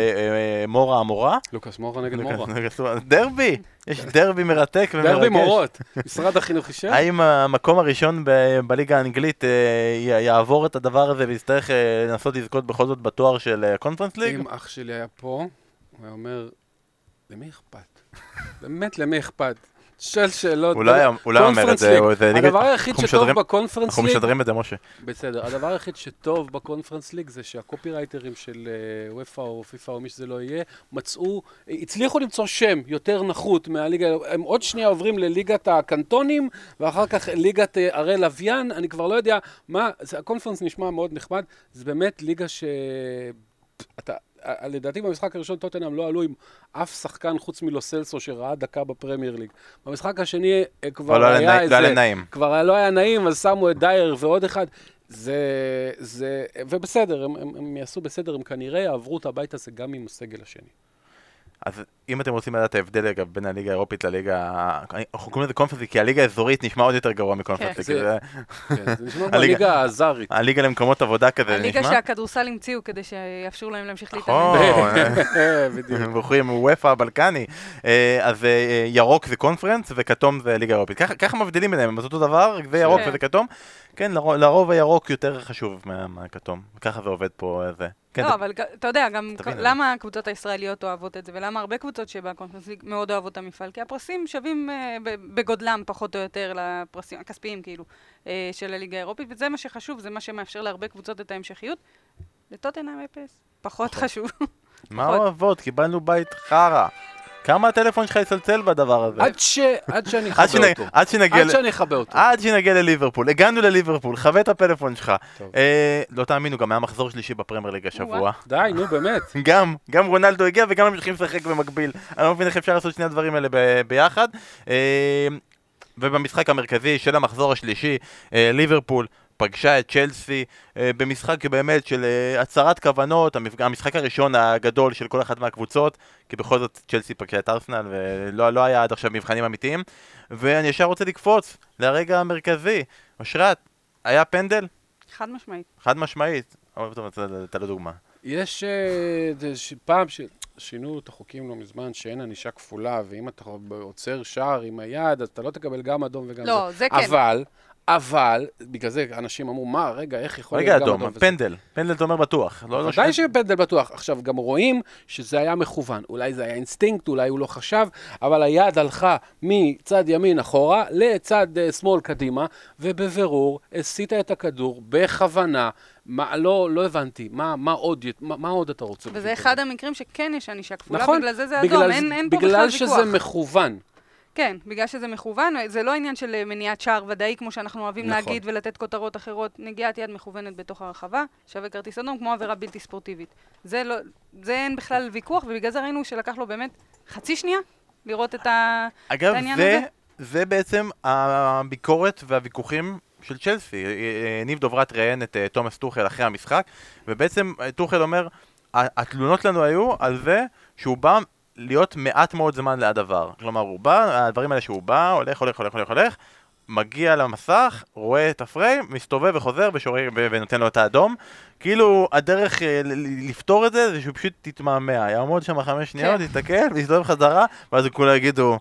ומורה המורה. לוקאס מורה נגד מורה. דרבי! יש דרבי מרתק ומרגש. דרבי מורות. משרד החינוך אישר. האם המקום הראשון בליגה האנגלית יעבור את הדבר הזה ויצטרך לנסות לזכות בכל זאת בתואר של קונפרנס ליג? אם אח שלי היה פה, הוא היה אומר, למי אכפת? באמת למי אכפת? של שאלות. הוא לא אומר את זה. הדבר היחיד שטוב בקונפרנס ליג... אנחנו משדרים את זה, משה. בסדר. הדבר היחיד שטוב בקונפרנס ליג זה שהקופירייטרים של וופא או פיפא או מי שזה לא יהיה, מצאו, הצליחו למצוא שם יותר נחות מהליגה, הם עוד שנייה עוברים לליגת הקנטונים, ואחר כך ליגת ערי לוויין, אני כבר לא יודע מה, הקונפרנס נשמע מאוד נחמד, זה באמת ליגה ש... אתה... לדעתי במשחק הראשון טוטנהאם לא עלו עם אף שחקן חוץ מלוסלסו שראה דקה בפרמייר ליג. במשחק השני כבר היה איזה... כבר לא היה נעים, אז שמו את דייר ועוד אחד. זה... זה... ובסדר, הם, הם, הם יעשו בסדר, הם כנראה יעברו את הבית הזה גם עם הסגל השני. אז אם אתם רוצים לדעת ההבדל אגב בין הליגה האירופית לליגה, אנחנו קוראים לזה קונפרנס, כי הליגה האזורית נשמע עוד יותר גרוע מקונפרנס. כן, זה נשמע כמו הליגה האזרית. הליגה למקומות עבודה כזה נשמע. הליגה שהכדורסל המציאו כדי שיאפשרו להם להמשיך להתאמן. בדיוק. בוחרים וופא הבלקני. אז ירוק זה קונפרנס וכתום זה ליגה האירופית. ככה מבדילים ביניהם, אז אותו דבר, זה ירוק וזה כתום. כן, לרוב הירוק יותר חשוב מהכתום. ככה זה עובד פה זה. לא, אבל אתה יודע, גם למה הקבוצות הישראליות אוהבות את זה, ולמה הרבה קבוצות שבקונפרנס ליג מאוד אוהבות את המפעל, כי הפרסים שווים בגודלם פחות או יותר לפרסים הכספיים כאילו של הליגה האירופית, וזה מה שחשוב, זה מה שמאפשר להרבה קבוצות את ההמשכיות. לטוטנהאם אפס, פחות חשוב. מה אוהבות? קיבלנו בית חרא. כמה הטלפון שלך יצלצל בדבר הזה? עד ש... עד שאני אחווה אותו. עד שנגיע... עד שאני אחווה אותו. עד שנגיע לליברפול. הגענו לליברפול, חווה את הפלאפון שלך. לא תאמינו, גם היה מחזור שלישי בפרמייר ליג השבוע. די, נו, באמת. גם, גם רונלדו הגיע וגם ממשיכים לשחק במקביל. אני לא מבין איך אפשר לעשות שני הדברים האלה ביחד. ובמשחק המרכזי של המחזור השלישי, ליברפול פגשה את צ'לסי במשחק באמת של הצהרת כוונות, המשחק הראשון הגדול של כל אחת מהקבוצות, כי בכל זאת צ'לסי פגשה את ארסנל ולא לא היה עד עכשיו מבחנים אמיתיים, ואני ישר רוצה לקפוץ לרגע המרכזי. אושרת, היה פנדל? חד משמעית. חד משמעית. אבל טוב, אתה לא דוגמה. יש פעם ששינו את החוקים לא מזמן שאין ענישה כפולה, ואם אתה עוצר שער עם היד, אז אתה לא תקבל גם אדום וגם זה. לא, זה כן. אבל... אבל, בגלל זה אנשים אמרו, מה, רגע, איך יכול להיות גם אדום? רגע, אדום, פנדל. פנדל אתה אומר בטוח. ודאי שפנדל בטוח. עכשיו, גם רואים שזה היה מכוון. אולי זה היה אינסטינקט, אולי הוא לא חשב, אבל היד הלכה מצד ימין אחורה לצד שמאל קדימה, ובבירור הסיטה את הכדור בכוונה. מה, לא, לא הבנתי. מה, מה עוד, מה, מה עוד אתה רוצה? וזה אחד המקרים שכן יש ענישה כפולה, נכון, בגלל זה זה אדום. אין, אין פה בכלל ויכוח. בגלל שזה מכוון. כן, בגלל שזה מכוון, זה לא עניין של מניעת שער ודאי, כמו שאנחנו אוהבים נכון. להגיד ולתת כותרות אחרות, נגיעת יד מכוונת בתוך הרחבה, שווה כרטיס אדום, כמו עבירה בלתי ספורטיבית. זה, לא, זה אין בכלל ויכוח, ובגלל זה ראינו שלקח לו באמת חצי שנייה לראות את, ה... אגב, את העניין זה, הזה. זה בעצם הביקורת והוויכוחים של צ'לסי. ניב דוברת ראיין את תומאס טוחל אחרי המשחק, ובעצם טוחל אומר, התלונות לנו היו על זה שהוא בא להיות מעט מאוד זמן ליד דבר. כלומר, הוא בא, הדברים האלה שהוא בא, הולך, הולך, הולך, הולך, הולך, מגיע למסך, רואה את הפריים, מסתובב וחוזר ושורר ונותן לו את האדום. כאילו, הדרך לפתור את זה, זה שהוא פשוט תתמהמה. יעמוד שם חמש שניות, יסתכל, ויסתובב חזרה, ואז כולם יגידו,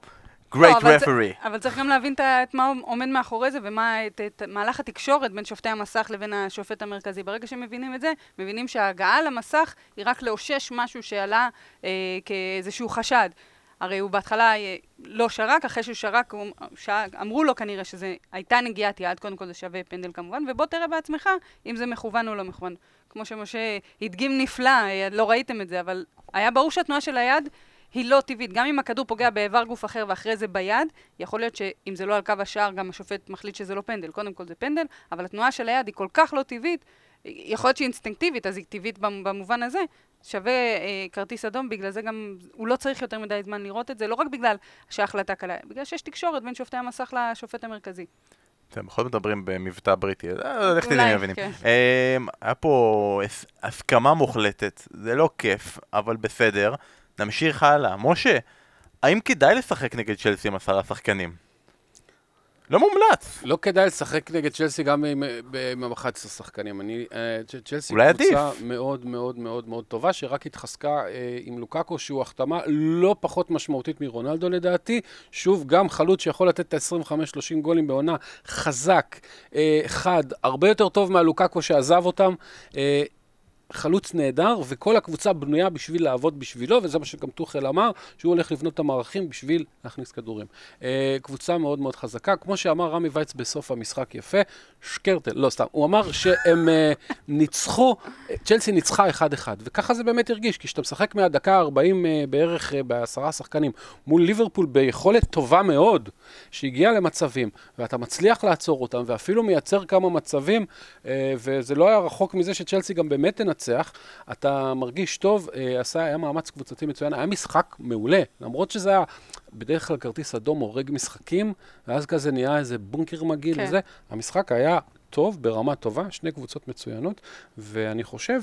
גרייט אבל רפרי. אבל צריך גם להבין את ה- את מה עומד מאחורי זה, ומה את את מהלך התקשורת בין שופטי המסך לבין השופט המרכזי. ברגע שמבינים את זה, מבינים שההגעה למסך היא רק לאושש משהו שעלה אה, כאיזשהו חשד. הרי הוא בהתחלה אה, לא שרק, אחרי שהוא שרק, הוא, שרק, אמרו לו כנראה שזה הייתה נגיעת יד, קודם כל זה שווה פנדל כמובן, ובוא תראה בעצמך אם זה מכוון או לא מכוון. כמו שמשה הדגים נפלא, אה, לא ראיתם את זה, אבל היה ברור שהתנועה של היד היא לא טבעית. גם אם הכדור פוגע באיבר גוף אחר ואחרי זה ביד, יכול להיות שאם זה לא על קו השער, גם השופט מחליט שזה לא פנדל. קודם כל זה פנדל, אבל התנועה של היד היא כל כך לא טבעית, יכול להיות שהיא אינסטינקטיבית, אז היא טבעית במובן הזה, שווה אה, כרטיס אדום, בגלל זה גם, הוא לא צריך יותר מדי זמן לראות את זה, לא רק בגלל שההחלטה קלה, בגלל שיש תקשורת בין שופטי המסך לשופט המרכזי. אתם בכל זאת מדברים במבטא בריטי, אה, לך תדעי אולי, מבינים. כן. אה, היה פה הס- הסכמה מוחלטת, זה לא כיף, אבל בסדר. נמשיך הלאה. משה, האם כדאי לשחק נגד צ'לסי עם עשרה שחקנים? לא מומלץ. לא כדאי לשחק נגד צ'לסי גם עם, עם אחד עשר שחקנים. אני, אה, צ'- צ'לסי אולי קבוצה עדיף. מאוד מאוד מאוד מאוד טובה, שרק התחזקה אה, עם לוקאקו, שהוא החתמה לא פחות משמעותית מרונלדו לדעתי. שוב, גם חלוץ שיכול לתת את ה-עשרים וחמש שלושים גולים בעונה, חזק, אה, חד, הרבה יותר טוב מהלוקאקו שעזב אותם. אה, חלוץ נהדר, וכל הקבוצה בנויה בשביל לעבוד בשבילו, וזה מה שגם טוחל אמר, שהוא הולך לבנות את המערכים בשביל להכניס כדורים. אה, קבוצה מאוד מאוד חזקה, כמו שאמר רמי וייץ בסוף המשחק יפה, שקרטל, לא סתם, הוא אמר שהם אה, ניצחו, צ'לסי ניצחה אחד אחד, וככה זה באמת הרגיש, כי כשאתה משחק מהדקה ה-ארבעים אה, בערך אה, בעשרה שחקנים, מול ליברפול ביכולת טובה מאוד, שהגיעה למצבים, ואתה מצליח לעצור אותם, ואפילו מייצר כמה מצבים, אה, וזה לא היה רחוק מזה שצ'לסי גם באמת תנצח, אתה מרגיש טוב, אה, עשה, היה מאמץ קבוצתי מצוין, היה משחק מעולה, למרות שזה היה בדרך כלל כרטיס אדום הורג משחקים, ואז כזה נהיה איזה בונקר מגעיל כן. וזה, המשחק היה טוב, ברמה טובה, שני קבוצות מצוינות, ואני חושב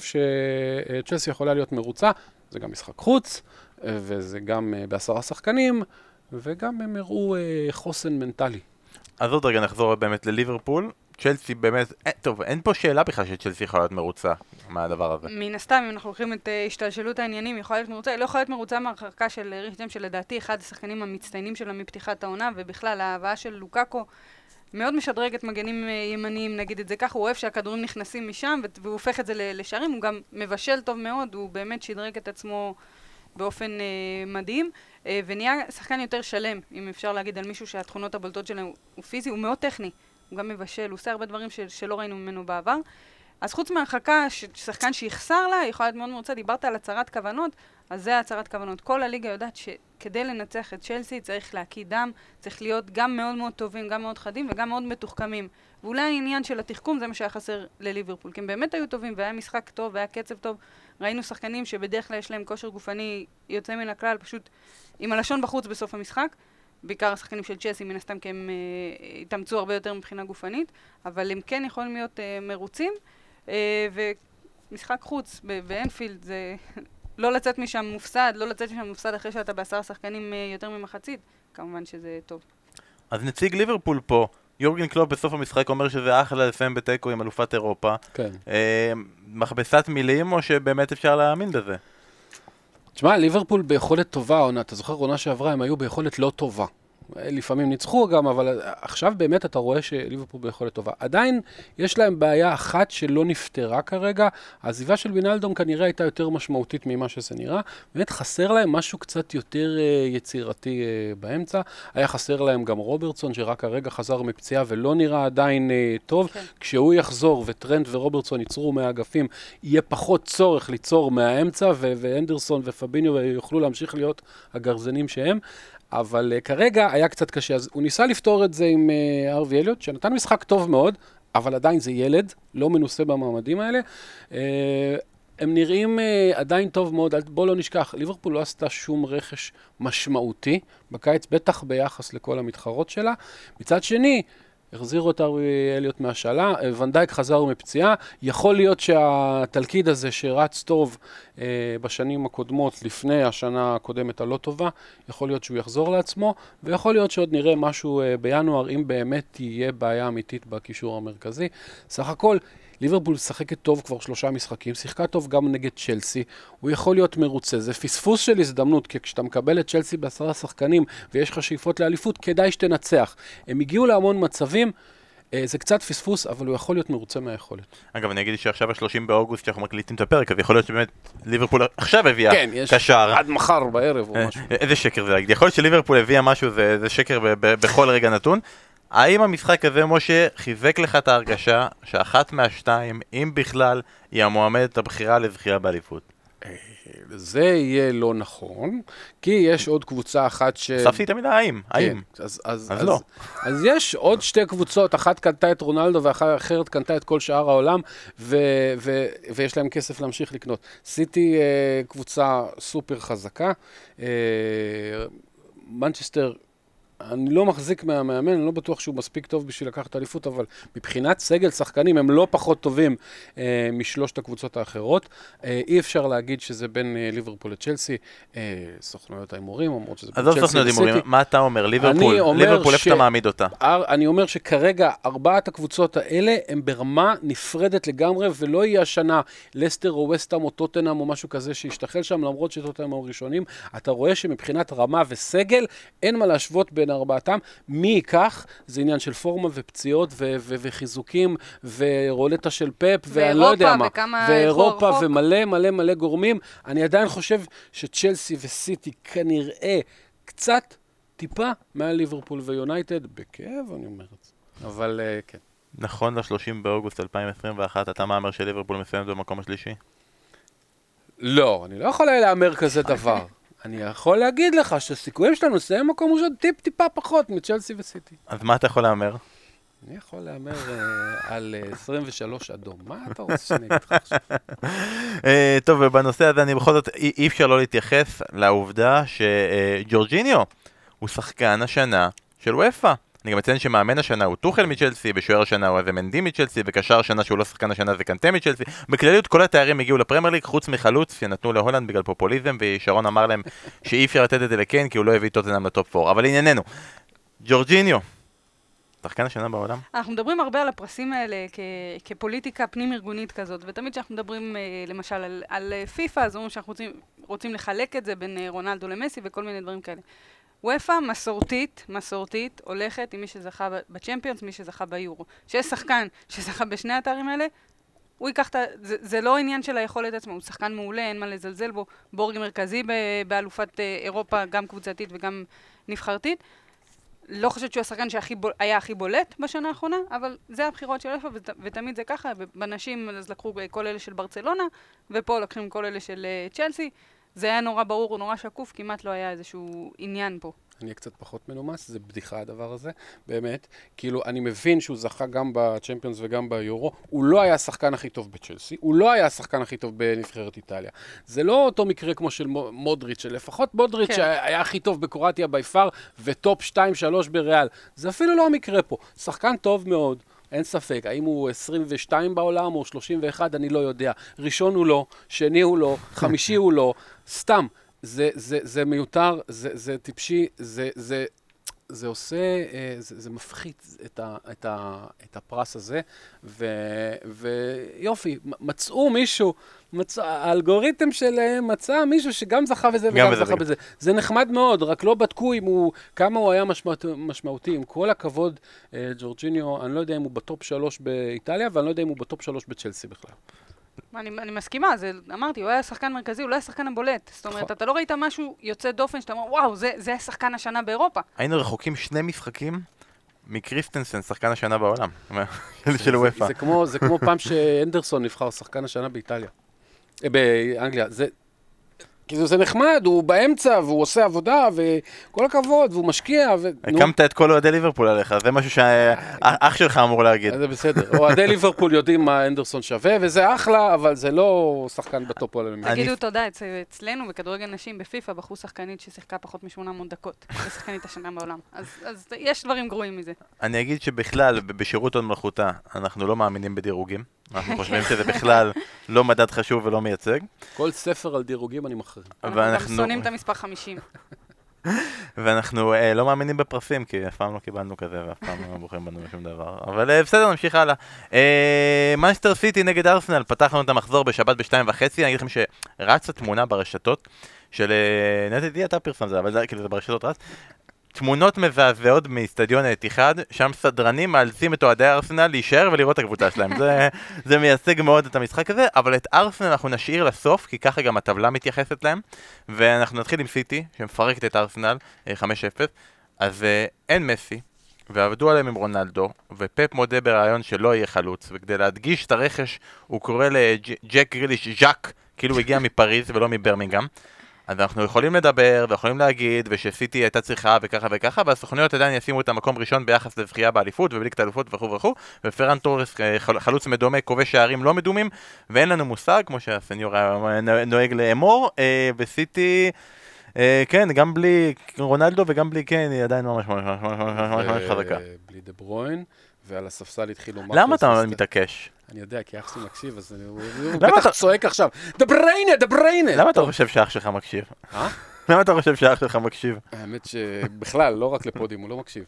שצ'לסי יכולה להיות מרוצה, זה גם משחק חוץ, אה, וזה גם אה, בעשרה שחקנים, וגם הם הראו אה, חוסן מנטלי. אז עוד רגע נחזור באמת לליברפול. צ'לסי באמת, אה, טוב, אין פה שאלה בכלל שצ'לסי יכולה להיות מרוצה מהדבר הזה. מן הסתם, אם אנחנו לוקחים את uh, השתלשלות העניינים, היא יכולה להיות מרוצה, היא לא יכולה להיות מרוצה מההרחקה של ריש ג'יימס, שלדעתי אחד השחקנים המצטיינים שלה מפתיחת העונה, ובכלל ההבאה של לוקאקו מאוד משדרגת מגנים uh, ימניים, נגיד את זה ככה, הוא אוהב שהכדורים נכנסים משם, והוא הופך את זה ל- לשערים, הוא גם מבשל טוב מאוד, הוא באמת שדרג את עצמו באופן uh, מדהים, uh, ונהיה שחקן יותר שלם, אם אפשר להגיד על מישהו שהתכונות הבולטות שלו הוא פיזי, הוא מאוד טכני, הוא גם מבשל, הוא עושה הרבה דברים של, שלא ראינו ממנו בעבר. אז חוץ מהרחקה, שחקן שיחסר לה, היא יכולה להיות מאוד מרוצה, דיברת על הצהרת כוונות, אז זה הצהרת כוונות. כל הליגה יודעת שכדי לנצח את צ'לסי צריך להקיא דם, צריך להיות גם מאוד מאוד טובים, גם מאוד חדים וגם מאוד מתוחכמים. ואולי העניין של התחכום זה מה שהיה חסר לליברפול, כי הם באמת היו טובים והיה משחק טוב והיה קצב טוב. ראינו שחקנים שבדרך כלל יש להם כושר גופני יוצא מן הכלל, פשוט עם הלשון בחוץ בסוף המשחק. בעיקר השחקנים של צ'לסי מן הסתם, כי הם uh, התאמצו הרבה יותר מבחינה גופנית, אבל הם כן יכולים להיות uh, מרוצים. Uh, ומשחק חוץ באנפילד זה לא לצאת משם מופסד, לא לצאת משם מופסד אחרי שאתה בעשרה שחקנים uh, יותר ממחצית, כמובן שזה טוב. אז נציג ליברפול פה, יורגן קלופ בסוף המשחק אומר שזה אחלה לסיים בתיקו עם אלופת אירופה. כן. אה, מכבסת מילים או שבאמת אפשר להאמין בזה? תשמע, ליברפול ביכולת טובה, עונה, אתה זוכר, עונה שעברה, הם היו ביכולת לא טובה. לפעמים ניצחו גם, אבל עכשיו באמת אתה רואה שליברפול ביכולת טובה. עדיין יש להם בעיה אחת שלא נפתרה כרגע, העזיבה של וינאלדום כנראה הייתה יותר משמעותית ממה שזה נראה, באמת חסר להם משהו קצת יותר uh, יצירתי uh, באמצע, היה חסר להם גם רוברטסון שרק הרגע חזר מפציעה ולא נראה עדיין uh, טוב, כן. כשהוא יחזור וטרנט ורוברטסון ייצרו מהאגפים, יהיה פחות צורך ליצור מהאמצע, ו- ואנדרסון ופביניו יוכלו להמשיך להיות הגרזנים שהם, אבל uh, כרגע היה קצת קשה, אז הוא ניסה לפתור את זה עם uh, ארווי אליוט, שנתן משחק טוב מאוד, אבל עדיין זה ילד, לא מנוסה במעמדים האלה. Uh, הם נראים uh, עדיין טוב מאוד, בוא לא נשכח, ליברפול לא עשתה שום רכש משמעותי בקיץ, בטח ביחס לכל המתחרות שלה. מצד שני, החזירו את ארווי אליוט מהשאלה, ונדייק חזר מפציעה, יכול להיות שהתלכיד הזה שרץ טוב אה, בשנים הקודמות, לפני השנה הקודמת הלא טובה, יכול להיות שהוא יחזור לעצמו, ויכול להיות שעוד נראה משהו אה, בינואר, אם באמת תהיה בעיה אמיתית בקישור המרכזי. סך הכל, ליברפול משחקת טוב כבר שלושה משחקים, שיחקה טוב גם נגד צ'לסי, הוא יכול להיות מרוצה, זה פספוס של הזדמנות, כי כשאתה מקבל את צ'לסי בעשרה שחקנים ויש לך שאיפות לאליפות, כדאי שתנצח. הם הגיעו להמון מצבים, זה קצת פספוס, אבל הוא יכול להיות מרוצה מהיכולת. אגב, אני אגיד שעכשיו ה-שלושים באוגוסט שאנחנו מקליטים את הפרק, אז יכול להיות שבאמת ליברפול עכשיו הביאה כן, יש קשר. עד מחר בערב או משהו. איזה שקר זה להגיד. יכול להיות שליברפול הביאה משהו, זה, זה שקר ב- ב- בכל רגע נתון. האם המשחק הזה, משה, חיזק לך את ההרגשה שאחת מהשתיים, אם בכלל, היא המועמדת הבחירה לזכייה באליפות? זה יהיה לא נכון, כי יש עוד קבוצה אחת ש... הוספתי את המילה האם, האם. כן, אז, אז, אז אז, לא. אז יש עוד שתי קבוצות, אחת קנתה את רונלדו ואחרת קנתה את כל שאר העולם, ו, ו, ויש להם כסף להמשיך לקנות. סיטי אה, קבוצה סופר חזקה, אה, מנצ'סטר, אני לא מחזיק מהמאמן, אני לא בטוח שהוא מספיק טוב בשביל לקחת אליפות, אבל מבחינת סגל שחקנים הם לא פחות טובים אה, משלושת הקבוצות האחרות. אה, אי אפשר להגיד שזה בין אה, ליברפול לצ'לסי, אה, סוכנויות ההימורים אומרות שזה בין אז צ'לסי לא סוכנויות לסיטי. ההימורים, מה אתה אומר? ליברפול, אומר ליברפול, איפה ש- אתה מעמיד אותה? אני אומר שכרגע ארבעת הקבוצות האלה הם ברמה נפרדת לגמרי, ולא יהיה השנה לסטר או וסטהאם או טוטנהאם או משהו כזה שישתחל שם, למרות שטוטנהאם הם ראשונים. אתה רואה שמבחינת רמה וסגל אין מה להשוות בין ארבעתם. מי ייקח? זה עניין של פורמה ופציעות ו- ו- וחיזוקים ורולטה של פאפ ואני לא יודע מה. וכמה ואירופה רחוק. ומלא מלא מלא גורמים. אני עדיין חושב שצ'לסי וסיטי כנראה קצת טיפה מעל ליברפול ויונייטד, בכאב אני אומר את זה. אבל uh, כן. נכון ל-שלושים באוגוסט אלפיים עשרים ואחת, אתה מאמר שליברפול מסיימת במקום השלישי? לא, אני לא יכול להאמר כזה דבר. אני יכול להגיד לך שהסיכויים שלנו לסיים מקום ראשון טיפ טיפה פחות מצ'לסי וסיטי. אז מה אתה יכול לאמר? אני יכול להאמר uh, על uh, עשרים ושלוש אדום. מה אתה רוצה שאני אגיד לך עכשיו? אה, טוב, ובנושא הזה אני בכל זאת אי אי אפשר לא להתייחס לעובדה שג'ורג'יניו הוא שחקן השנה של וופא. אני גם אציין שמאמן השנה הוא טוחל מצ'לסי, בשוער השנה הוא מנדי מצ'לסי, וקשר השנה שהוא לא שחקן השנה זה קנטה מצ'לסי. בכלליות כל התארים הגיעו לפרמייר ליג, חוץ מחלוץ שנתנו להולנד בגלל פופוליזם, ושרון אמר להם שאי אפשר לתת את זה לקן כי הוא לא הביא טוטנהאם לטופ ארבע. אבל לענייננו, ג'ורג'יניו, שחקן השנה בעולם? אנחנו מדברים הרבה על הפרסים האלה כ- כפוליטיקה פנים-ארגונית כזאת, ותמיד כשאנחנו מדברים אה, למשל על, על אה, פיפא, אז אומרים שאנחנו רוצים, רוצים לחלק את זה בין אה, רונלדו למסי וכל מיני דברים כאלה. וופא מסורתית, מסורתית, הולכת עם מי שזכה ב- בצ'מפיונס, מי שזכה ביורו. שיש שחקן שזכה בשני התארים האלה, הוא ייקח את ה... זה, זה לא עניין של היכולת עצמו, הוא שחקן מעולה, אין מה לזלזל בו, בורג מרכזי ב- באלופת אה, אירופה, גם קבוצתית וגם נבחרתית. לא חושבת שהוא השחקן שהיה הכי בולט בשנה האחרונה, אבל זה הבחירות של וופא, ות, ותמיד זה ככה, ובנשים אז לקחו כל אלה של ברצלונה, ופה לקחים כל אלה של uh, צ'לסי. זה היה נורא ברור, נורא שקוף, כמעט לא היה איזשהו עניין פה. אני אהיה קצת פחות מנומס, זה בדיחה הדבר הזה, באמת. כאילו, אני מבין שהוא זכה גם בצ'מפיונס וגם ביורו, הוא לא היה השחקן הכי טוב בצ'לסי, הוא לא היה השחקן הכי טוב בנבחרת איטליה. זה לא אותו מקרה כמו של מודריץ', שלפחות מודריץ' כן. היה הכי טוב בקרואטיה ביפר, וטופ שתיים שלוש בריאל. זה אפילו לא המקרה פה. שחקן טוב מאוד. אין ספק, האם הוא עשרים ושתיים בעולם או שלושים ואחת, אני לא יודע. ראשון הוא לא, שני הוא לא, חמישי הוא לא, סתם. זה, זה, זה מיותר, זה, זה טיפשי, זה, זה, זה עושה, זה, זה מפחית את, ה, את, ה, את הפרס הזה, ו, ויופי, מצאו מישהו, מצא, האלגוריתם שלהם מצא מישהו שגם זכה בזה וגם זכה בזה. זה נחמד מאוד, רק לא בדקו אם הוא, כמה הוא היה משמעות, משמעותי. עם כל הכבוד, ג'ורג'יניו, אני לא יודע אם הוא בטופ שלוש באיטליה, ואני לא יודע אם הוא בטופ שלוש בצ'לסי בכלל. אני, אני מסכימה, זה, אמרתי, הוא היה שחקן מרכזי, הוא לא היה שחקן הבולט. זאת אומרת, אתה לא ראית משהו יוצא דופן שאתה אומר, וואו, זה, זה השחקן השנה באירופה. היינו רחוקים שני משחקים מקריסטנסן, שחקן השנה בעולם, של וופא. זה כמו, זה כמו פעם שאנדרסון נבחר שחקן השנה באיטליה, באנגליה. זה, כאילו זה נחמד, הוא באמצע, והוא עושה עבודה, וכל הכבוד, והוא משקיע, ו... הקמת את כל אוהדי ליברפול עליך, זה משהו שאח שלך אמור להגיד. זה בסדר, אוהדי ליברפול יודעים מה אנדרסון שווה, וזה אחלה, אבל זה לא שחקן בטופ עולמי. תגידו תודה, אצלנו בכדורגל נשים בפיפא בחרו שחקנית ששיחקה פחות מ-שמונה מאות דקות, ושחקנית השנה בעולם. אז יש דברים גרועים מזה. אני אגיד שבכלל, בשירות הון מלכותה, אנחנו לא מאמינים בדירוגים. אנחנו חושבים שזה בכלל לא מדד חשוב ולא מייצג. כל ספר על דירוגים אני מחרים. אנחנו גם שונאים את המספר חמישים. ואנחנו אה, לא מאמינים בפרסים, כי אף פעם לא קיבלנו כזה, ואף פעם לא בוחרים בנו בשום דבר. אבל אה, בסדר, נמשיך הלאה. אה, מנצ'סטר סיטי נגד ארסנל, פתחנו את המחזור בשבת בשתיים וחצי, אני אגיד לכם שרצה תמונה ברשתות, של... נתתי, אתה פרסם זה, אבל זה, כאילו זה ברשתות רץ. תמונות מזעזעות מאצטדיון האתיחאד, שם סדרנים מאלצים את אוהדי ארסנל להישאר ולראות את הקבוצה שלהם. זה, זה מייצג מאוד את המשחק הזה, אבל את ארסנל אנחנו נשאיר לסוף, כי ככה גם הטבלה מתייחסת להם, ואנחנו נתחיל עם סיטי, שמפרקת את ארסנל חמש אפס, אז אין מסי, ועבדו עליהם עם רונלדו, ופפ מודה ברעיון שלא יהיה חלוץ, וכדי להדגיש את הרכש, הוא קורא לג'ק גריליש ז'אק, כאילו הוא הגיע מפריז ולא מברמינגהם. אז אנחנו יכולים לדבר ויכולים להגיד ושסיטי הייתה צריכה וככה וככה, והסוכניות עדיין ישימו את המקום ראשון ביחס לזכייה באליפות ובליגת האלופות וכו' וכו', ופרן טורס חלוץ מדומה, כובש שערים לא מדומים, ואין לנו מושג, כמו שהסניור נוהג לאמור, וסיטי, כן, גם בלי רונלדו וגם בלי כן, היא עדיין ממש ממש ממש חזקה. בלי דה ברוין, ועל הספסל התחילו... למה אתה מתעקש? אני יודע, כי אח שלי מקשיב, אז הוא בטח צועק עכשיו, דה בריינה, דה בריינה! למה אתה חושב שאח שלך מקשיב? אה? למה אתה חושב שאח שלך מקשיב? האמת שבכלל, לא רק לפודים, הוא לא מקשיב.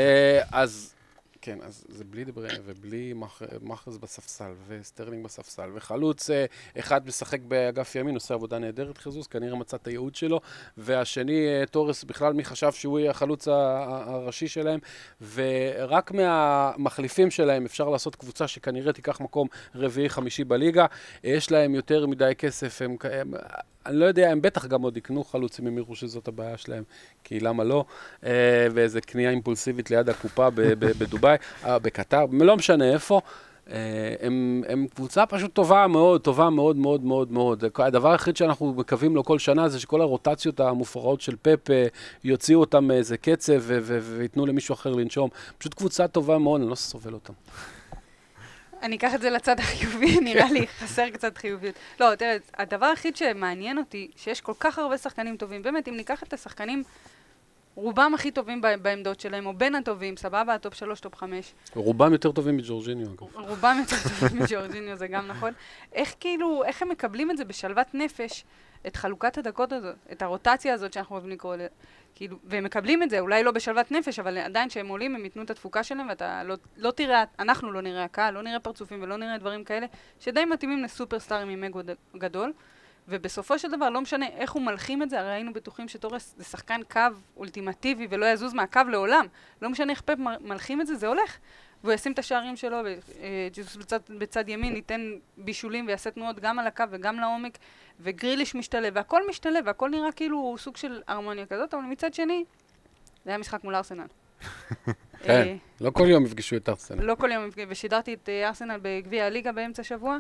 אז... כן, אז זה בלי דה בריינה ובלי מחרז בספסל וסטרלינג בספסל וחלוץ אחד משחק באגף ימין, עושה עבודה נהדרת חיזוס, כנראה מצא את הייעוד שלו, והשני טורס בכלל מי חשב שהוא יהיה החלוץ הראשי שלהם, ורק מהמחליפים שלהם אפשר לעשות קבוצה שכנראה תיקח מקום רביעי חמישי בליגה, יש להם יותר מדי כסף, הם... אני לא יודע, הם בטח גם עוד יקנו חלוצים, הם יראו שזאת הבעיה שלהם, כי למה לא? ואיזה קנייה אימפולסיבית ליד הקופה בדוביי, בקטר, לא משנה איפה. הם, הם קבוצה פשוט טובה מאוד, טובה מאוד מאוד מאוד מאוד. הדבר היחיד שאנחנו מקווים לו כל שנה זה שכל הרוטציות המופרעות של פפ יוציאו אותם מאיזה קצב ויתנו למישהו אחר לנשום. פשוט קבוצה טובה מאוד, אני לא סובל אותם. אני אקח את זה לצד החיובי, נראה לי חסר קצת חיוביות. לא, תראה, הדבר היחיד שמעניין אותי, שיש כל כך הרבה שחקנים טובים, באמת, אם ניקח את השחקנים, רובם הכי טובים בעמדות שלהם, או בין הטובים, סבבה, הטופ שלוש, טופ חמש. רובם יותר טובים מג'ורג'יניו, אגב. רובם יותר טובים מג'ורג'יניו, זה גם נכון. איך כאילו, איך הם מקבלים את זה בשלוות נפש, את חלוקת הדקות הזאת, את הרוטציה הזאת שאנחנו אוהבים לקרוא, כאילו, והם מקבלים את זה, אולי לא בשלוות נפש, אבל עדיין שהם עולים, הם ייתנו את התפוקה שלהם, ואתה לא, לא תראה, אנחנו לא נראה הקהל, לא נראה פרצופים ולא נראה דברים כאלה, שדי מתאימים לסופרסטארים עם אגו גדול, ובסופו של דבר, לא משנה איך הוא מלכים את זה, הרי היינו בטוחים שטורס זה שחקן קו אולטימטיבי ולא יזוז מהקו לעולם. לא משנה איך פפ מלכים את זה, זה הולך. והוא ישים את השערים שלו, וג'זוס בצד, בצד ימין ייתן בישולים ויעשה תנועות גם על הקו וגם לעומק, וגריליש משתלב, והכל משתלב, והכל נראה כאילו סוג של הרמוניה כזאת, אבל מצד שני, זה היה משחק מול ארסנל. כן, לא כל יום יפגשו את ארסנל. לא כל יום יפגשו, ושידרתי את ארסנל בגביע הליגה באמצע שבוע,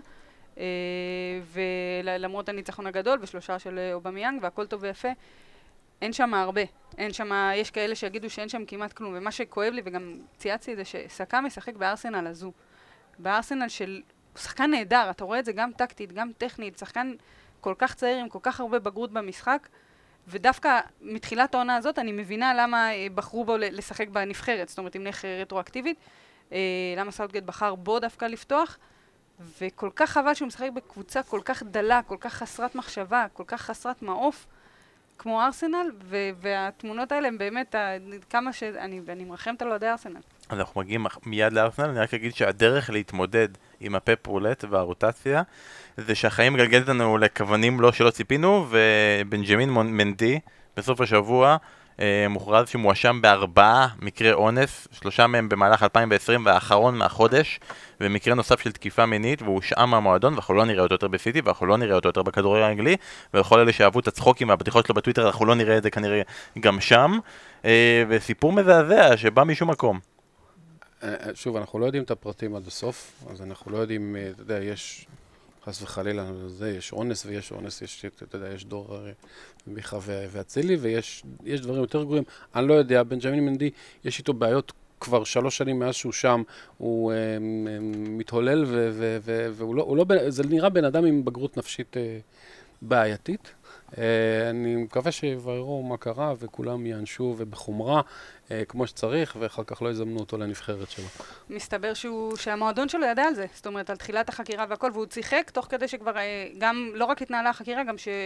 ולמרות הניצחון הגדול, ושלושה של אובמיאנג, והכל טוב ויפה, אין שם הרבה. אין שם, יש כאלה שיגידו שאין שם כמעט כלום, ומה שכואב לי, וגם צייצתי את זה, שסקה משחק בארסנל הזו. בארסנל של... הוא שחקן נהדר, אתה רואה את זה גם טקטית, גם טכנית, שחקן כל כך צעיר עם כל כך הרבה בגרות במשחק, ודווקא מתחילת העונה הזאת אני מבינה למה בחרו בו לשחק בנבחרת, זאת אומרת, עם נך רטרואקטיבית, למה סאוטגייט בחר בו דווקא לפתוח, וכל כך חבל שהוא משחק בקבוצה כל כך דלה, כל כך חסרת מחשבה, כל כך חסרת מעוף, כמו ארסנל, והתמונות האלה הם באמת כמה שאני, ואני מרחמת על אוהדי ארסנל. אז אנחנו מגיעים מיד לארסנל, אני רק אגיד שהדרך להתמודד עם הפפ רולט והרוטציה, זה שהחיים מגלגלת לנו לכוונים לא שלא ציפינו, ובנג'מין מנדי בסוף השבוע מוכרז שמואשם בארבעה מקרי אונס, שלושה מהם במהלך אלפיים ועשרים והאחרון מהחודש, ומקרה נוסף של תקיפה מינית, והוא הושעה מהמועדון, ואנחנו לא נראה אותו יותר בסיטי, ואנחנו לא נראה אותו יותר בכדורגל האנגלי, ולכל אלה שאהבו את הצחוקים והבדיחות שלו בטוויטר, אנחנו לא נראה את זה כנראה גם שם, וסיפור מזעזע שבא משום מקום. שוב, אנחנו לא יודעים את הפרטים עד הסוף, אז אנחנו לא יודעים, אתה יודע, יש... חס וחלילה, זה, יש אונס ויש אונס, יש, אתה יודע, יש דור מיכה והצילי, ויש יש דברים יותר גרועים. אני לא יודע, בנג'מין מנדי, יש איתו בעיות כבר שלוש שנים מאז שהוא שם, הוא הם, הם, מתהולל, ו, ו, ו, והוא לא, הוא לא, זה נראה בן אדם עם בגרות נפשית אה, בעייתית. אה, אני מקווה שיבררו מה קרה, וכולם יענשו ובחומרה, אה, כמו שצריך, ואחר כך לא יזמנו אותו לנבחרת שלו. מסתבר שהוא, שהמועדון שלו ידע על זה, זאת אומרת, על תחילת החקירה והכל, והוא שיחק, תוך כדי שכבר, גם לא רק התנהלה החקירה, גם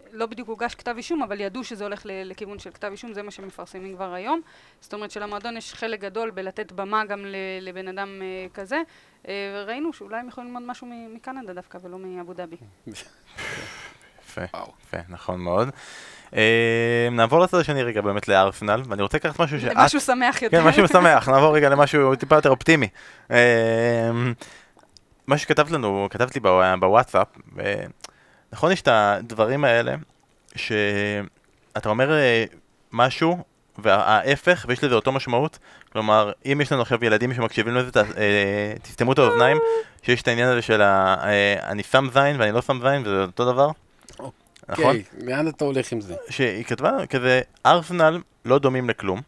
לא בדיוק הוגש כתב אישום, אבל ידעו שזה הולך לכיוון של כתב אישום, זה מה שמפרסמים כבר היום. זאת אומרת שלמועדון יש חלק גדול בלתת במה גם לבן אדם כזה, וראינו שאולי הם יכולים ללמוד משהו מקנדה דווקא, ולא מאבו דאבי. יפה, יפה, נכון מאוד. נעבור לצד השני רגע באמת לארסנל, ואני רוצה לקחת משהו שאת... משהו שמח יותר. כן, משהו משמח, נעבור רגע למשהו טיפה יותר אופטימי. מה שכתבת לנו, כתבת לי בוואטסאפ, נכון, יש את הדברים האלה, שאתה אומר משהו, וההפך, ויש לזה אותו משמעות, כלומר, אם יש לנו עכשיו ילדים שמקשיבים לזה, תסתמו את האוזניים, שיש את העניין הזה של אני שם זין ואני לא שם זין, וזה אותו דבר. נכון? אוקיי, לאן אתה הולך עם זה? שהיא כתבה כזה, ארסנל לא דומים לכלום,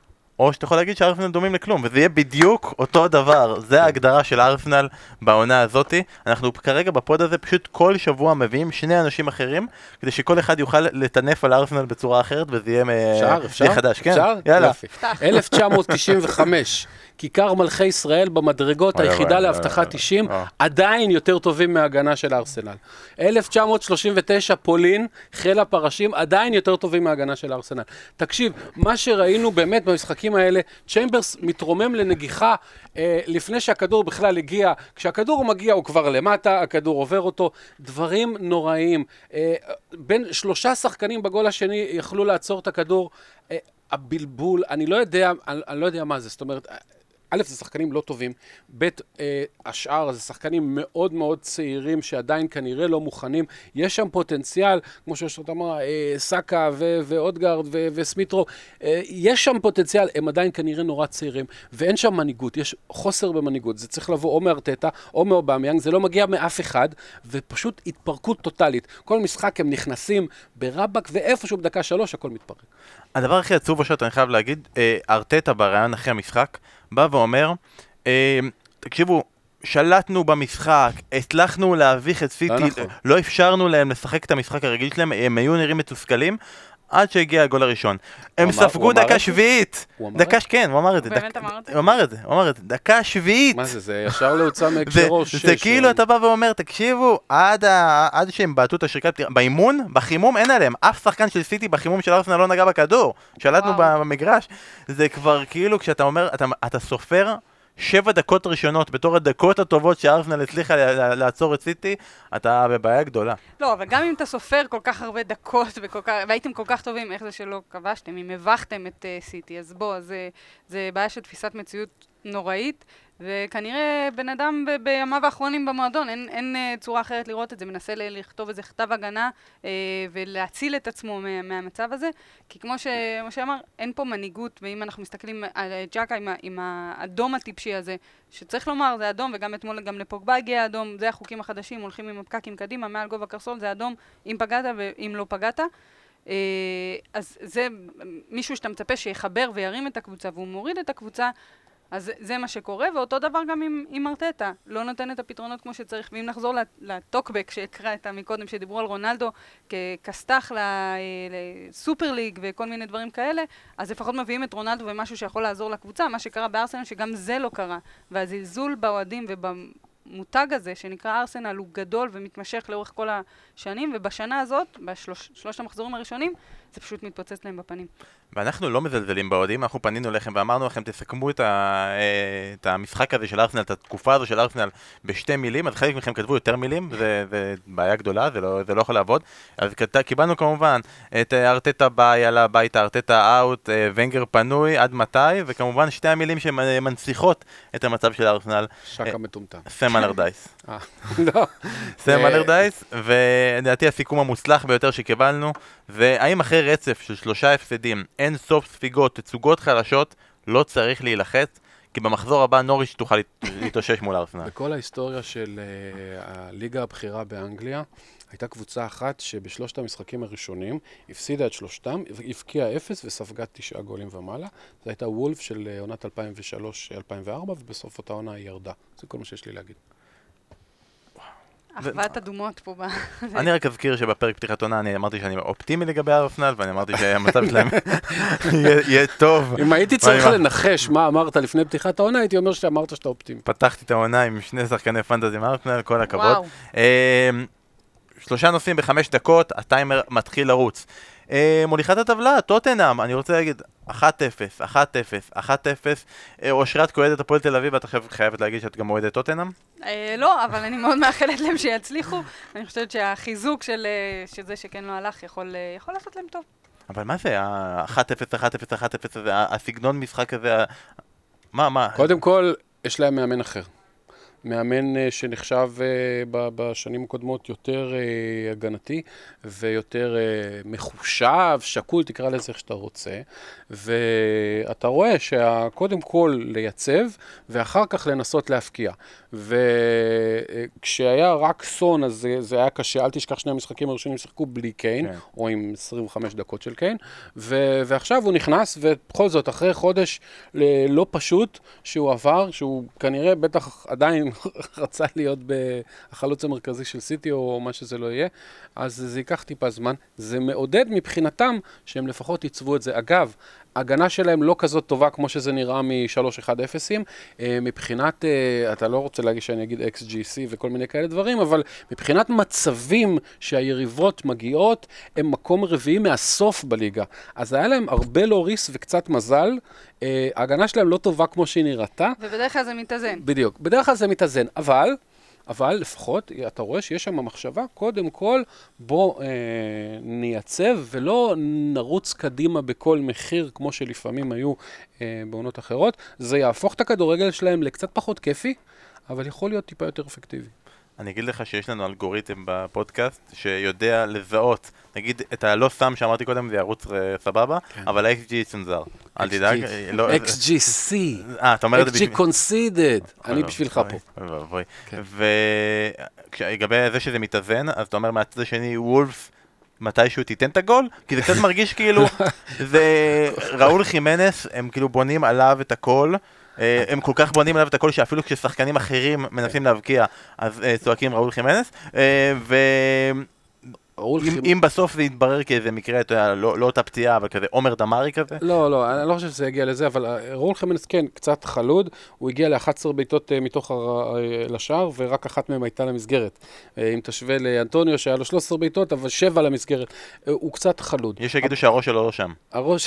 או שאתה יכול להגיד שארסנל דומים לכלום, וזה יהיה בדיוק אותו דבר. זה ההגדרה של ארסנל בעונה הזאת. אנחנו כרגע בפוד הזה פשוט כל שבוע מביאים שני אנשים אחרים, כדי שכל אחד יוכל לטנף על ארסנל בצורה אחרת, וזה יהיה אפשר, אפשר? חדש. כן, אפשר? יאללה. אלף תשע מאות תשעים וחמש, כיכר מלכי ישראל במדרגות, היחידה להבטחת תשעים, עדיין יותר טובים מההגנה של ארסנל. אלף תשע מאות שלושים ותשע, פולין, חיל הפרשים, עדיין יותר טובים מההגנה של ארסנל. תקשיב, מה שראינו באמת במשחקים האלה, צ'יימברס מתרומם לנגיחה אה, לפני שהכדור בכלל הגיע, כשהכדור מגיע הוא כבר למטה, הכדור עובר אותו, דברים נוראיים. אה, בין שלושה שחקנים בגול השני יכלו לעצור את הכדור, אה, הבלבול, אני לא יודע, אני, אני לא יודע מה זה, זאת אומרת, א', זה שחקנים לא טובים, ב', אה, השאר זה שחקנים מאוד מאוד צעירים שעדיין כנראה לא מוכנים, יש שם פוטנציאל, כמו שאתה אמר, אה, סאקה ו- ואודגרד ו- וסמיטרו, אה, יש שם פוטנציאל, הם עדיין כנראה נורא צעירים, ואין שם מנהיגות, יש חוסר במנהיגות, זה צריך לבוא או מארטטה או מאובמיאנג, זה לא מגיע מאף אחד, ופשוט התפרקות טוטלית. כל משחק הם נכנסים ברבק, ואיפשהו בדקה שלוש הכל מתפרק. הדבר הכי עצוב או שאתה חייב להגיד, אה, ארטטה ברעיון אחרי המשחק, בא ואומר, אה, תקשיבו, שלטנו במשחק, הצלחנו להביך את סיטי, לא, נכון. לא אפשרנו להם לשחק את המשחק הרגיל שלהם, הם היו נראים מתוסכלים, עד שהגיע הגול הראשון. הם ספגו דקה שביעית. דקה, כן, הוא אמר את זה. הוא באמת אמר את זה? הוא אמר את זה, הוא אמר את זה. דקה שביעית. מה זה, זה ישר להוצא מהקשרו שש. זה כאילו אתה בא ואומר, תקשיבו, עד שהם בעטו את השריקת, באימון, בחימום אין עליהם. אף שחקן של סיטי בחימום של ארסנל לא נגע בכדור. שלטנו במגרש. זה כבר כאילו כשאתה אומר, אתה סופר שבע דקות ראשונות, בתור הדקות הטובות שארסנל הצליחה לעצור את סיטי, אתה בבעיה גדולה. לא, אבל גם אם אתה סופר כל כך הרבה דקות, והייתם כל כך טובים, איך זה שלא כבשתם, אם הבכתם את סיטי, אז בוא, זה בעיה של תפיסת מציאות נוראית, וכנראה בן אדם בימיו האחרונים במועדון, אין, אין צורה אחרת לראות את זה, מנסה לכתוב איזה כתב הגנה אה, ולהציל את עצמו מה, מהמצב הזה, כי כמו ש, שאמר, אין פה מנהיגות, ואם אנחנו מסתכלים על ג'קה עם, עם האדום הטיפשי הזה, שצריך לומר, זה אדום, וגם אתמול גם לפוגבה הגיע אדום, זה החוקים החדשים, הולכים עם הפקקים קדימה, מעל גובה קרסול, זה אדום, אם פגעת ואם לא פגעת. אה, אז זה מישהו שאתה מצפה שיחבר וירים את הקבוצה, והוא מוריד את הקבוצה, אז זה מה שקורה, ואותו דבר גם עם, עם ארטטה, לא נותן את הפתרונות כמו שצריך, ואם נחזור לטוקבק שהקרא את המקודם, שדיברו על רונלדו כסתח לסופר ליג וכל מיני דברים כאלה, אז לפחות מביאים את רונלדו ומשהו שיכול לעזור לקבוצה, מה שקרה בארסנל שגם זה לא קרה, והזלזול באוהדים ובמותג הזה שנקרא ארסנל הוא גדול ומתמשך לאורך כל השנים, ובשנה הזאת, בשלושת המחזורים הראשונים, זה פשוט מתפוצץ להם בפנים. ואנחנו לא מזלזלים באוהדים, אנחנו פנינו לכם ואמרנו לכם, תסכמו את, ה, את המשחק הזה של ארסנל, את התקופה הזו של ארסנל בשתי מילים, אז חלק מכם כתבו יותר מילים, זה, זה בעיה גדולה, זה לא, זה לא יכול לעבוד. אז קיבלנו כמובן את ארטטה בא, יאללה ביתה, ארטטה אאוט, ונגר פנוי, עד מתי, וכמובן שתי המילים שמנציחות את המצב של ארסנל. שקה מטומטם. סם אלרדייס. לא. סם אלרדייס, ולדעתי הסיכום המוצלח ביותר שקיבלנו, והאם אחרי רצף של שלושה הפסדים, אין סוף ספיגות, תצוגות חלשות, לא צריך להילחץ, כי במחזור הבא נוריץ' תוכל להתאושש מול ארסנל. בכל ההיסטוריה של uh, הליגה הבכירה באנגליה, הייתה קבוצה אחת שבשלושת המשחקים הראשונים הפסידה את שלושתם, הבקיעה אפס וספגה תשעה גולים ומעלה. זו הייתה וולף של uh, עונת אלפיים ושלוש אלפיים וארבע, ובסוף אותה עונה היא ירדה. זה כל מה שיש לי להגיד. אחוות אדומות פה. אני רק אזכיר שבפרק פתיחת עונה אני אמרתי שאני אופטימי לגבי ארסנל, ואני אמרתי שהמצב שלהם יהיה טוב. אם הייתי צריך לנחש מה אמרת לפני פתיחת העונה, הייתי אומר שאמרת שאתה אופטימי. פתחתי את העונה עם שני שחקני פנטזי מארסנל, כל הכבוד. שלושה נושאים בחמש דקות, הטיימר מתחיל לרוץ. אה, מוליכת הטבלה, טוטנהאם, אני רוצה להגיד אחת אפס, אחת אפס, אחת אפס, אה, אושרת כועדת הפועל תל אביב, ואת חייבת להגיד שאת גם אוהדת טוטנהאם? אה, לא, אבל אני מאוד מאחלת להם שיצליחו. אני חושבת שהחיזוק של אה, שזה שכן לא הלך יכול, אה, יכול לעשות להם טוב. אבל מה זה, ה-אחת אפס, אחת אפס, אחת אפס הזה, הסגנון משחק הזה, ה- מה, מה? קודם כל, יש להם מאמן אחר. מאמן אה, שנחשב אה, ב- בשנים הקודמות יותר אה, הגנתי ויותר אה, מחושב, שקול, תקרא לזה איך שאתה רוצה. ואתה רואה שקודם כל לייצב ואחר כך לנסות להפקיע. וכשהיה רק סון, אז זה, זה היה קשה. אל תשכח שני המשחקים הראשונים שיחקו בלי קיין, כן. או עם עשרים וחמש דקות של קיין. ו- ועכשיו הוא נכנס, ובכל זאת, אחרי חודש ל- לא פשוט שהוא עבר, שהוא כנראה בטח עדיין רצה להיות בחלוץ המרכזי של סיטי, או מה שזה לא יהיה, אז זה ייקח טיפה זמן. זה מעודד מבחינתם שהם לפחות ייצבו את זה. אגב, ההגנה שלהם לא כזאת טובה כמו שזה נראה מ-שלוש אחד אפסים. מבחינת, אתה לא רוצה להגיד שאני אגיד אקס ג'י סי וכל מיני כאלה דברים, אבל מבחינת מצבים שהיריבות מגיעות, הם מקום רביעי מהסוף בליגה. אז היה להם הרבה לוריס וקצת מזל. ההגנה שלהם לא טובה כמו שהיא נראתה. ובדרך כלל זה מתאזן. בדיוק. בדרך כלל זה מתאזן, אבל... אבל לפחות אתה רואה שיש שם מחשבה, קודם כל בוא אה, נייצב ולא נרוץ קדימה בכל מחיר כמו שלפעמים היו אה, בעונות אחרות. זה יהפוך את הכדורגל שלהם לקצת פחות כיפי, אבל יכול להיות טיפה יותר אפקטיבי. אני אגיד לך שיש לנו אלגוריתם בפודקאסט שיודע לזהות, נגיד את הלא סם שאמרתי קודם זה ערוץ אה, סבבה, אבל ה-אקס ג'י צנזר, אל תדאג. לא- אקס ג'י סי, אה, אתה אומר את זה אקס ג'י conceded, אני אוי, בשבילך אוי, פה. אוי ואבוי. כן. ולגבי זה שזה מתאזן, אז אתה אומר מהצד השני, וולפס, מתישהו תיתן את הגול? כי זה קצת מרגיש כאילו, זה ראול חימנס, הם כאילו בונים עליו את הכל, אה, הם כל כך בונים עליו את הכל שאפילו כששחקנים אחרים מנסים להבקיע, אז אה, צועקים ראול חימנס, אה, ו... ראול אם, חימ- אם בסוף זה יתברר כאיזה מקרה, אתה יודע, לא, לא אותה פציעה, אבל כזה עומר דמרי כזה, לא, לא, אני לא חושב שזה יגיע לזה, אבל אה, ראול חימנס כן, קצת חלוד, הוא הגיע ל-אחת עשרה בעיטות אה, מתוך הר- אה, לשער, ורק אחת מהן הייתה למסגרת. אה, אם תשווה לאנטוניו שהיה לו שלוש עשרה בעיטות, אבל שבע למסגרת. אה, הוא קצת חלוד. יש שיגידו שהראש שלו לא שם. הראש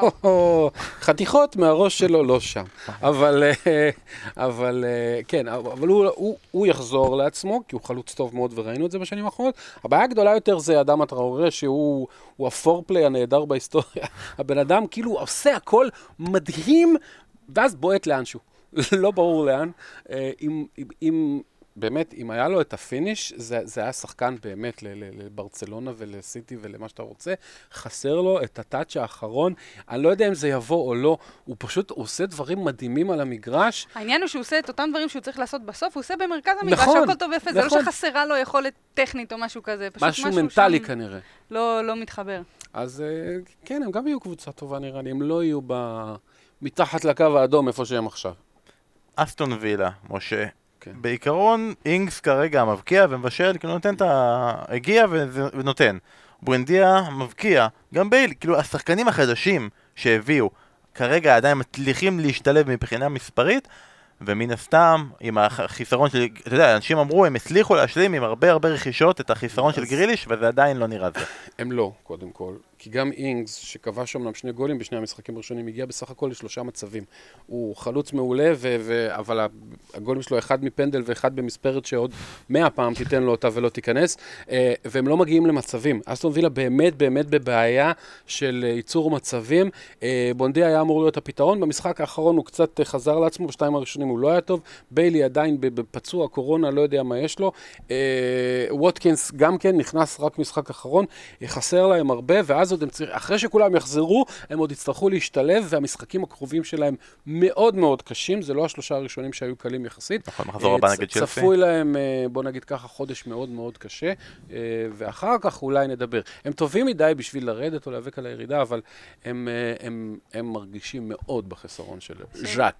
שלו, חתיכות מהראש שלו לא שם. אבל, אה, אבל אה, כן, אבל הוא, הוא, הוא יחזור לעצמו, כי הוא חלוץ טוב מאוד וראינו את זה בשנים האחרונות. הבעיה הגדולה יותר זה אדם הטראורה, שהוא הוא הפורפליי הנהדר בהיסטוריה. הבן אדם כאילו עושה הכל מדהים, ואז בועט לאנשהו. לא ברור לאן. אה, אם, אם, אם באמת, אם היה לו את הפיניש, זה, זה היה שחקן באמת ל- ל- לברצלונה ולסיטי ולמה שאתה רוצה. חסר לו את הטאץ' האחרון. אני לא יודע אם זה יבוא או לא. הוא פשוט עושה דברים מדהימים על המגרש. העניין הוא שהוא עושה את אותם דברים שהוא צריך לעשות בסוף, הוא עושה במרכז המגרש, נכון, שהכל טוב ויפה, זה לא נכון. שחסרה לו יכולת טכנית או משהו כזה, פשוט משהו משהו מנטלי שם כנראה. לא, לא מתחבר. אז אה, כן, הם גם יהיו קבוצה טובה נראה לי. הם לא יהיו ב... מתחת לקו האדום איפה שהם עכשיו. אסטון וילה, משה. כן. בעיקרון, אינגס כרגע מבקיע ומבשל, כאילו נותן את ה... הגיע וזה- ונותן. ברנדיה מבקיע, גם בייל, כאילו השחקנים החדשים שהביאו, כרגע עדיין מצליחים להשתלב מבחינה מספרית, ומן הסתם, עם החיסרון של... אתה יודע, אנשים אמרו, הם הצליחו להשלים עם הרבה הרבה רכישות את החיסרון של גריליש, וזה עדיין לא נראה זה. הם לא, קודם כל. כי גם אינגס, שכבש אומנם שני גולים בשני המשחקים הראשונים, הגיע בסך הכל לשלושה מצבים. הוא חלוץ מעולה, ו- ו- אבל הגולים שלו אחד מפנדל ואחד במספרת שעוד מאה פעם תיתן לו אותה ולא תיכנס, אה, והם לא מגיעים למצבים. אסטון וילה באמת באמת בבעיה של ייצור מצבים. אה, בונדי היה אמור להיות הפתרון. במשחק האחרון הוא קצת חזר לעצמו, בשתיים הראשונים הוא לא היה טוב. ביילי עדיין בפצוע קורונה, לא יודע מה יש לו. אה, ווטקינס גם כן נכנס רק משחק אחרון, חסר להם הרבה, ואז עוד הם צריך, אחרי שכולם יחזרו, הם עוד יצטרכו להשתלב, והמשחקים הקרובים שלהם מאוד מאוד קשים, זה לא השלושה הראשונים שהיו קלים יחסית. נכון, מחזור הבא אה, נגד צ- צ'לסי. צפוי להם, אה, בוא נגיד ככה, חודש מאוד מאוד קשה, אה, ואחר כך אולי נדבר. הם טובים מדי בשביל לרדת או להיאבק על הירידה, אבל הם, אה, הם, הם מרגישים מאוד בחסרון של ז'אק.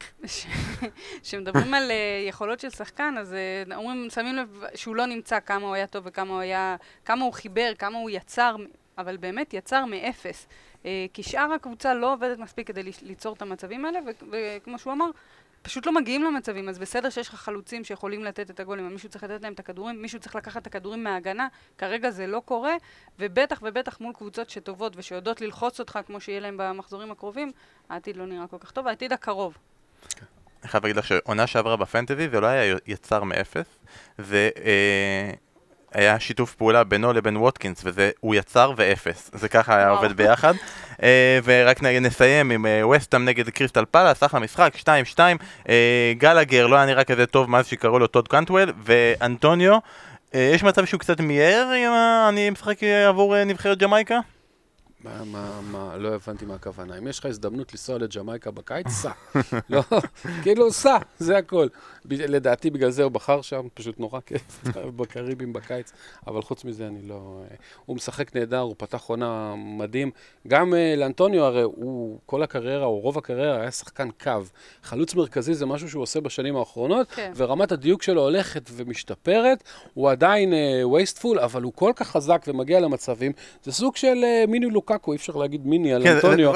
כשמדברים על אה, יכולות של שחקן, אז אה, אומרים, שמים לב שהוא לא נמצא כמה הוא היה טוב וכמה הוא היה, כמה הוא חיבר, כמה הוא יצר, אבל באמת יצר מאפס. אה, כי שאר הקבוצה לא עובדת מספיק כדי ליצור את המצבים האלה, ו- וכמו שהוא אמר, פשוט לא מגיעים למצבים, אז בסדר שיש לך חלוצים שיכולים לתת את הגולים, מישהו צריך לתת להם את הכדורים, מישהו צריך לקחת את הכדורים מההגנה, כרגע זה לא קורה, ובטח ובטח מול קבוצות שטובות ושיודעות ללחוץ אותך כמו שיהיה להם במחזורים הקרובים, העתיד לא נראה כל כך טוב, העתיד הקרוב. אני חייב להגיד לך שעונה שעברה בפנטזי זה לא היה יצר מאפס, זה אה, היה שיתוף פעולה בינו לבין ווטקינס, וזה הוא יצר ואפס, זה ככה היה עובד ביחד. אה, ורק נסיים עם אה, וסטהאם נגד קריסטל פאלאס, אחלה משחק, שתיים שתיים, אה, גלגר לא היה נראה כזה טוב מאז שקראו לו טוד קנטוול, ואנטוניו, אה, יש מצב שהוא קצת מייר אם אני משחק עבור נבחרת ג'מייקה? מה, מה, מה, לא הבנתי מה הכוונה. אם יש לך הזדמנות לנסוע לג'מייקה בקיץ, סע. לא, כאילו, סע, זה הכל. לדעתי, בגלל זה הוא בחר שם, פשוט נורא כיף, בקריבים בקיץ. אבל חוץ מזה, אני לא... הוא משחק נהדר, הוא פתח עונה מדהים. גם לאנטוניו, הרי הוא, כל הקריירה, או רוב הקריירה, היה שחקן קו. חלוץ מרכזי זה משהו שהוא עושה בשנים האחרונות, כן. ורמת הדיוק שלו הולכת ומשתפרת. הוא עדיין וייסטפול, אבל הוא כל כך חזק ומגיע למצבים. זה סוג של מיני לוקאקו, אי אפשר להגיד מיני על אנטוניו,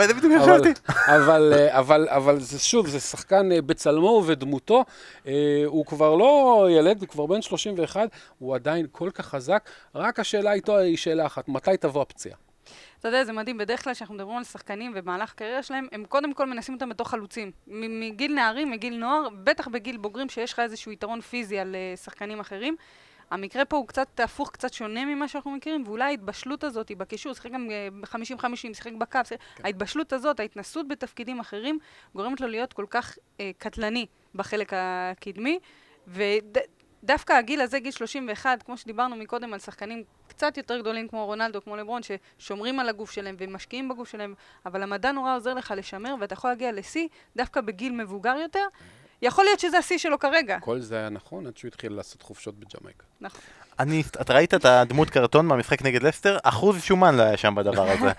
אבל זה שוב, זה שחקן בצלמו ובדמותו, הוא כבר לא ילד, הוא כבר בן שלושים ואחת, הוא עדיין כל כך חזק, רק השאלה איתו היא שאלה אחת, מתי תבוא הפציעה? אתה יודע, זה מדהים, בדרך כלל שאנחנו מדברים על שחקנים ובמהלך הקריירה שלהם, הם קודם כל מנסים אותם בתוך חלוצים. מגיל נערים, מגיל נוער, בטח בגיל בוגרים שיש לך איזשהו יתרון פיזי על שחקנים אחרים. המקרה פה הוא קצת הפוך, קצת שונה ממה שאנחנו מכירים, ואולי ההתבשלות הזאת היא בקישור, שחק גם ב-חמישים חמישים, שחק בקו, כן. ההתבשלות הזאת, ההתנסות בתפקידים אחרים, גורמת לו להיות כל כך אה, קטלני בחלק הקדמי, ודווקא הגיל הזה, גיל שלושים ואחת, כמו שדיברנו מקודם על שחקנים קצת יותר גדולים כמו רונלדו, כמו לברון, ששומרים על הגוף שלהם ומשקיעים בגוף שלהם, אבל המדע נורא עוזר לך לשמר, ואתה יכול להגיע לשיא דווקא בגיל מבוגר יותר, יכול להיות שזה השיא שלו כרגע. כל זה היה נכון, עד שהוא התחיל לעשות חופשות בג'מייקה. נכון. אני, אתה ראית את הדמות קרטון מהמשחק נגד לסטר? אחוז שומן לא היה שם בדבר הזה.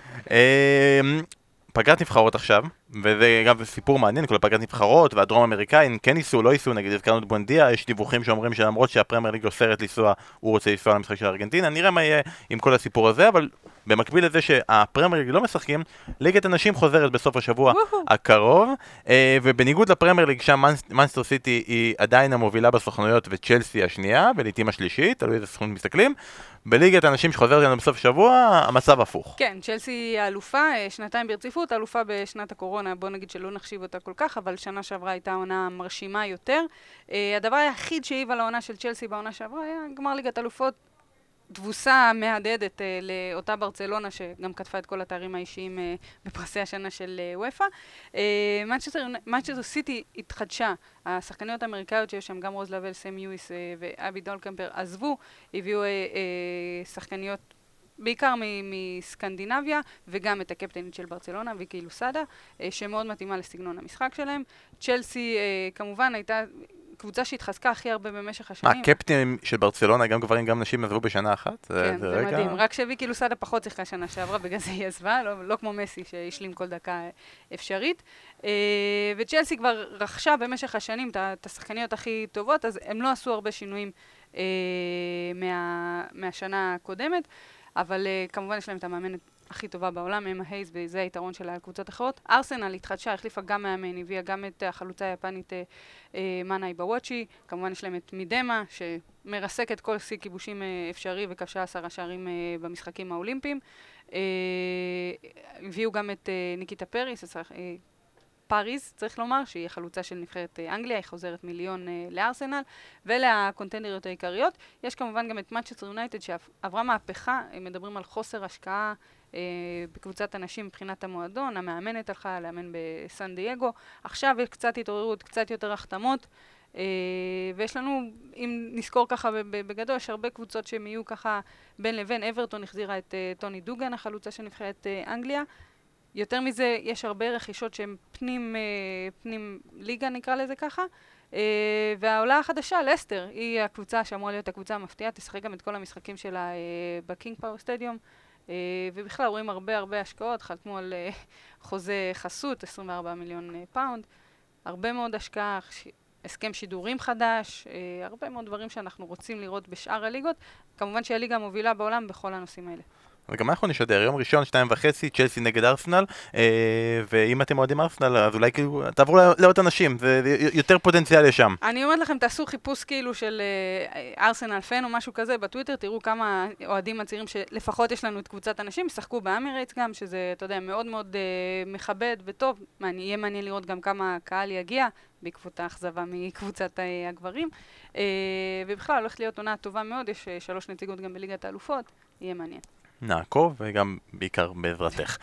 פגרת נבחרות עכשיו, וזה גם סיפור מעניין, כל פגרת נבחרות, והדרום אמריקאים כן ייסעו, לא ייסעו, נגיד הזכרנו את בונדיה, יש דיווחים שאומרים שלמרות שהפרמייר ליג אוסרת לנסוע, הוא רוצה לנסוע למשחק של ארגנטינה, נראה מה יהיה עם כל הסיפור הזה, אבל במקביל לזה שהפרמייר ליג לא משחקים, ליגת הנשים חוזרת בסוף השבוע הקרוב, ובניגוד לפרמייר ליג שם מנסטר סיטי היא עדיין המובילה בסוכנויות וצ'לסי השנייה, ולעיתים השלישית, תלוי איזה סוכנות מסתכלים, בליגת הנשים שחוזרת לנו בסוף השבוע, המצב הפוך. כן, צ'לסי היא האלופה, שנתיים ברציפות, האלופה בשנת הקורונה, בוא נגיד שלא נחשיב אותה כל כך, אבל שנה שעברה הייתה עונה מרשימה יותר. הדבר היחיד שהעיב על העונה של צ'לסי בעונה שעברה היה גמר ליגת אלופות, תבוסה מהדהדת אה, לאותה ברצלונה שגם כתבה את כל התארים האישיים אה, בפרסי השנה של אה, וופא. אה, מנצ'סטר סיטי התחדשה, השחקניות האמריקאיות שיש שם, גם רוז לבל, סם יויס אה, ואבי דולקמפר עזבו, הביאו אה, אה, שחקניות בעיקר מסקנדינביה, וגם את הקפטנית של ברצלונה, ויקי לוסדה, אה, שמאוד מתאימה לסגנון המשחק שלהם. צ'לסי אה, כמובן הייתה קבוצה שהתחזקה הכי הרבה במשך השנים. מה, הקפטנים של ברצלונה, גם גברים, גם נשים, עזבו בשנה אחת? כן, זה מדהים. רק שוויקי לוסדה פחות שיחקה שנה שעברה, בגלל זה היא עזבה, לא כמו מסי שהשלים כל דקה אפשרית. וצ'לסי כבר רכשה במשך השנים את השחקניות הכי טובות, אז הם לא עשו הרבה שינויים מהשנה הקודמת, אבל כמובן יש להם את המאמנת הכי טובה בעולם, אמה הייז, וזה היתרון שלה על קבוצות אחרות. ארסנל התחדשה, החליפה גם מאמן, הביאה גם את החלוצה היפנית אה, מנאי בוואצ'י, כמובן יש להם את מידמה, שמרסק את כל שיא כיבושים אה, אפשרי וכבשה עשרה שערים אה, במשחקים האולימפיים. אה, הביאו גם את אה, ניקיטה פריס, אה, פריז, צריך לומר, שהיא החלוצה של נבחרת אה, אנגליה, היא חוזרת מיליון אה, לארסנל, ולקונטנדריות העיקריות. יש כמובן גם את מנצ'סטר יונייטד שעברה מהפכה, הם מדברים על חוסר השקעה, Uh, בקבוצת אנשים מבחינת המועדון, המאמנת הלכה לאמן בסן דייגו, עכשיו יש קצת התעוררות, קצת יותר החתמות, uh, ויש לנו, אם נזכור ככה בגדול, יש הרבה קבוצות שהם יהיו ככה בין לבין, אברטון החזירה את uh, טוני דוגן, החלוצה של נבחרת uh, אנגליה, יותר מזה יש הרבה רכישות שהן פנים, uh, פנים ליגה נקרא לזה ככה, uh, והעולה החדשה, לסטר, היא הקבוצה שאמורה להיות הקבוצה המפתיעה, תשחק גם את כל המשחקים שלה uh, בקינג פאוור סטדיום, Uh, ובכלל רואים הרבה הרבה השקעות, חתמו על uh, חוזה חסות, עשרים וארבעה מיליון uh, פאונד, הרבה מאוד השקעה, ש... הסכם שידורים חדש, uh, הרבה מאוד דברים שאנחנו רוצים לראות בשאר הליגות, כמובן שהליגה מובילה בעולם בכל הנושאים האלה. וגם אנחנו נשדר, יום ראשון, שתיים וחצי, צ'לסי נגד ארסנל, ואם אתם אוהדים ארסנל, אז אולי כאילו, תעברו לעוד אנשים, זה יותר פוטנציאל יש שם. אני אומרת לכם, תעשו חיפוש כאילו של ארסנל פן או משהו כזה בטוויטר, תראו כמה אוהדים הצעירים שלפחות יש לנו את קבוצת אנשים, ישחקו באמירייטס גם, שזה, אתה יודע, מאוד מאוד מכבד וטוב, יהיה מעניין לראות גם כמה קהל יגיע, בעקבות האכזבה מקבוצת הגברים, ובכלל הולכת להיות עונה טובה מאוד, יש שלוש נציגות גם בליגת האלופות, יהיה מעניין. נעקוב, וגם בעיקר בעזרתך.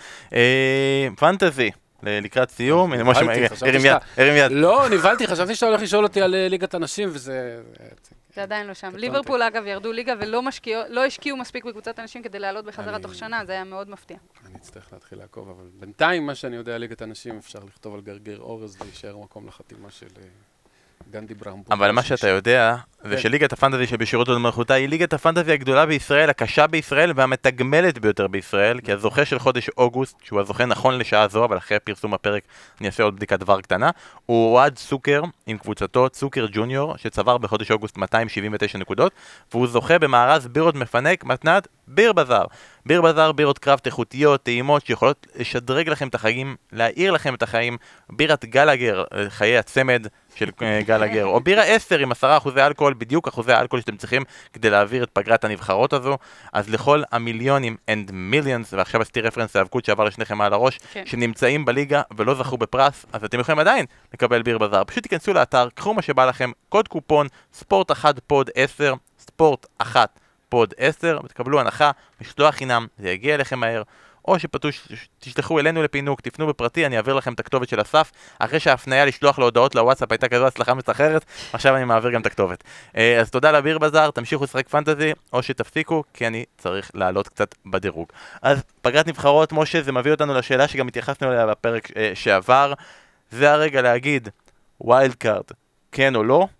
פנטזי, לקראת סיום, הנה משה, הרים יד, הרים יד. לא, נבלתי, חשבתי שאתה הולך לשאול אותי על ליגת הנשים, וזה... זה עדיין לא שם. ליברפול אגב ירדו ליגה ולא השקיעו מספיק בקבוצת אנשים כדי לעלות בחזרה תוך שנה, זה היה מאוד מפתיע. אני אצטרך להתחיל לעקוב, אבל בינתיים מה שאני יודע על ליגת הנשים אפשר לכתוב על גרגר אורז ויישאר מקום לחתימה של גנדי ברמבו. אבל מה שאתה יודע, זה שליגת הפנטזי שבשירות עוד מלכותה היא ליגת הפנטזי הגדולה בישראל, הקשה בישראל והמתגמלת ביותר בישראל, כי הזוכה של חודש אוגוסט, שהוא הזוכה נכון לשעה זו, אבל אחרי פרסום הפרק אני אעשה עוד בדיקת דבר קטנה, הוא אוהד סוקר עם קבוצתו סוקר ג'וניור, שצבר בחודש אוגוסט מאתיים שבעים ותשע נקודות, והוא זוכה במארז בירות מפנק מתנת ביר בזאר. ביר בזאר, בירות קראפט איכותיות, טעימות, שיכולות לשדרג לכם את החיים, להאיר לכם את החיים, בירת גלגר, חיי הצמד של גלגר, או בירה עשר עם עשרה אחוזי אלכוהול, בדיוק אחוזי האלכוהול שאתם צריכים כדי להעביר את פגרת הנבחרות הזו. אז לכל המיליונים and millions, ועכשיו עשיתי רפרנס להאבקות שעבר לשניכם על הראש, כן. שנמצאים בליגה ולא זכו בפרס, אז אתם יכולים עדיין לקבל ביר בזאר. פשוט תיכנסו לאתר, קחו מה שבא לכם, קוד קופון, ספורט אחת פוד עשר, ספורט אחת פוד עשר, ותקבלו הנחה, משלוח חינם, זה יגיע אליכם מהר, או שפתוש תשלחו אלינו לפינוק, תפנו בפרטי, אני אעביר לכם את הכתובת של אסף, אחרי שההפניה לשלוח להודעות לוואטסאפ הייתה כזו הצלחה מסחררת, עכשיו אני מעביר גם את הכתובת. אז תודה לביר בזאר, תמשיכו לשחק פנטזי, או שתפסיקו, כי אני צריך לעלות קצת בדירוג. אז פגרת נבחרות, משה, זה מביא אותנו לשאלה שגם התייחסנו אליה בפרק שעבר, זה הרגע להגיד ווילד קארד, כן או לא,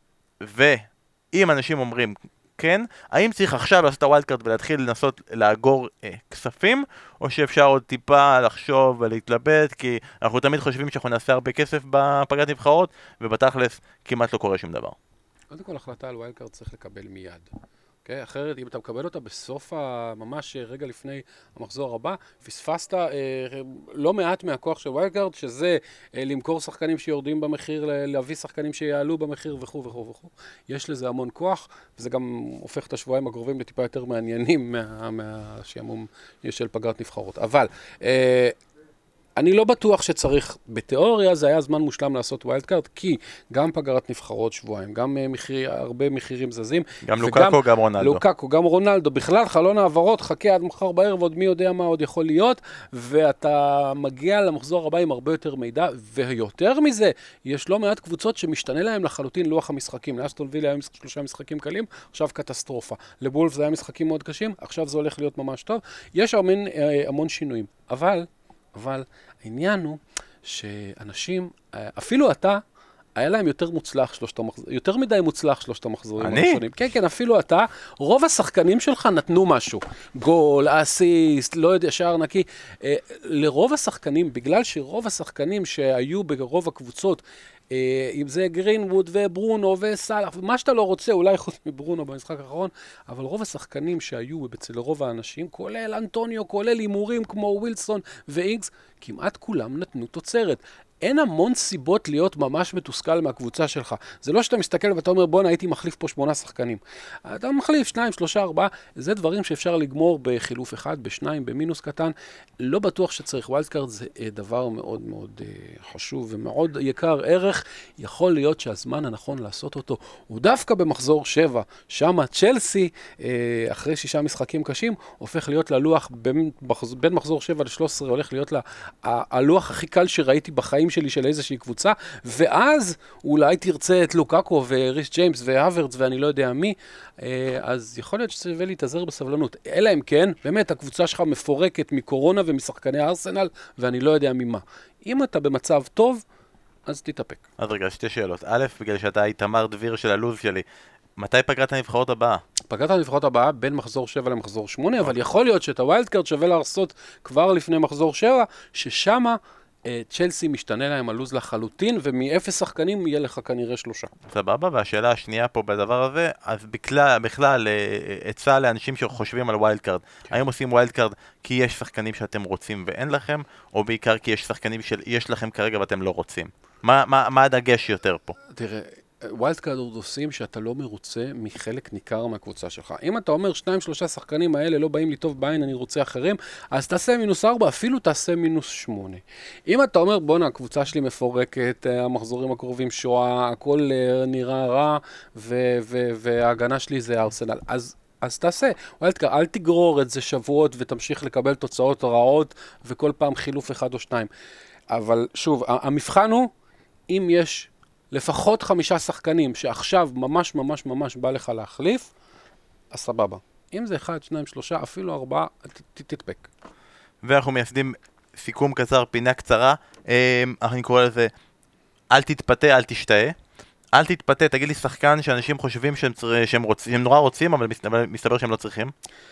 ואם אנשים אומרים כן, האם צריך עכשיו לעשות את הווילד קארד ולהתחיל לנסות לאגור אה, כספים, או שאפשר עוד טיפה לחשוב ולהתלבט, כי אנחנו תמיד חושבים שאנחנו נעשה הרבה כסף בפגרת נבחרות, ובתכלס כמעט לא קורה שום דבר. קודם כל, החלטה על ווילד קארד צריך לקבל מיד. Okay, אחרת, אם אתה מקבל אותה בסוף, ממש רגע לפני המחזור הבא, פספסת אה, לא מעט מהכוח של ווילד קארד, שזה אה, למכור שחקנים שיורדים במחיר, להביא שחקנים שיעלו במחיר וכו' וכו' וכו'. יש לזה המון כוח, וזה גם הופך את השבועיים הקרובים לטיפה יותר מעניינים מה, מהשעמום של פגרת נבחרות. אבל... אה, אני לא בטוח שצריך, בתיאוריה זה היה זמן מושלם לעשות ווילד קארד, כי גם פגרת נבחרות שבועיים, גם מחיר, הרבה מחירים זזים. גם לוקאקו, גם רונלדו. לוקאקו, גם רונלדו. בכלל חלון העברות, חכה עד מחר בערב, עוד מי יודע מה עוד יכול להיות, ואתה מגיע למחזור הבא עם הרבה יותר מידע, ויותר מזה, יש לא מעט קבוצות שמשתנה להם לחלוטין לוח המשחקים. לאסטון וילה היה שלושה משחקים קלים, עכשיו קטסטרופה. לבולף זה היה משחקים מאוד קשים, עכשיו זה הולך להיות ממש טוב. יש המון, המון שינויים. אבל... אבל העניין הוא שאנשים, אפילו אתה, היה להם יותר מוצלח שלושת המחזורים, יותר מדי מוצלח שלושת המחזורים הראשונים. כן, כן, אפילו אתה, רוב השחקנים שלך נתנו משהו. גול, אסיסט, לא יודע, שער נקי. לרוב השחקנים, בגלל שרוב השחקנים שהיו ברוב הקבוצות, אם זה גרינווד וברונו וסלאח, מה שאתה לא רוצה, אולי חוץ מברונו במשחק האחרון, אבל רוב השחקנים שהיו אצל רוב האנשים, כולל אנטוניו, כולל הימורים כמו ווילסון ואינגס, כמעט כולם נתנו תוצרת. אין המון סיבות להיות ממש מתוסכל מהקבוצה שלך. זה לא שאתה מסתכל ואתה אומר, בוא, הייתי מחליף פה שמונה שחקנים. אתה מחליף שניים, שלושה, ארבעה, זה דברים שאפשר לגמור בחילוף אחד, בשניים, במינוס קטן. לא בטוח שצריך ווילד קארד, זה דבר מאוד מאוד חשוב ומאוד יקר ערך. יכול להיות שהזמן הנכון לעשות אותו הוא דווקא במחזור שבע. שמה צ'לסי, אחרי שישה משחקים קשים, הופך להיות ללוח בין, בין מחזור שבע ל-שלוש עשרה, הולך להיות לה, הלוח הכי קל שראיתי בחיים שלי של איזושהי קבוצה, ואז אולי תרצה את לוקאקו וריס ג'יימס והוורדס ואני לא יודע מי, אז יכול להיות שצריך להתאזר בסבלנות. אלא אם כן, באמת הקבוצה שלך מפורקת מקורונה ומשחקני ארסנל, ואני לא יודע ממה. אם אתה במצב טוב, אז תתאפק. אז רגע, שתי שאלות. א', בגלל שאתה היית דביר של הלוז שלי, מתי פגרת הנבחרות הבאה? פגרת הנבחרות הבאה בין מחזור שבע למחזור שמונה, אבל יכול להיות שאת הווילד קארד שווה לעשות כבר לפני מחזור שבע, ששמה צ'לסי משתנה להם הלוז לחלוטין, ומאפס שחקנים יהיה לך כנראה שלושה. סבבה, והשאלה השנייה פה בדבר הזה, אז בכלל, בכלל עצה לאנשים שחושבים על ווילד קארד. האם עושים ווילד קארד כי יש שחקנים שאתם רוצים ואין לכם, או בעיקר כי יש שחקנים שיש לכם כרגע ואתם לא רוצים? מה, מה, מה הדגש יותר פה? תראה, ווילד קארד עושים שאתה לא מרוצה מחלק ניכר מהקבוצה שלך. אם אתה אומר שניים שלושה שחקנים האלה לא באים לי טוב בעין, אני רוצה אחרים, אז תעשה מינוס ארבע, אפילו תעשה מינוס שמונה. אם אתה אומר בונה, הקבוצה שלי מפורקת, המחזורים הקרובים שואה, הכל נראה רע, ו- ו- וההגנה שלי זה ארסנל, אז אז תעשה, ווילד קארד, אל תגרור את זה שבועות ותמשיך לקבל תוצאות רעות וכל פעם חילוף אחד או שניים. אבל שוב, המבחן הוא, אם יש לפחות חמישה שחקנים שעכשיו ממש ממש ממש בא לך להחליף, אז סבבה. אם זה אחד, שניים, שלושה, אפילו ארבעה, תתפק. ואנחנו מייסדים סיכום קצר, פינה קצרה, אני קורא לזה, אל תתפתה, אל תשתאה. אל תתפתה, תגיד לי שחקן שאנשים חושבים שהם, שהם, רוצ, שהם נורא רוצים, אבל מסתבר שהם לא צריכים.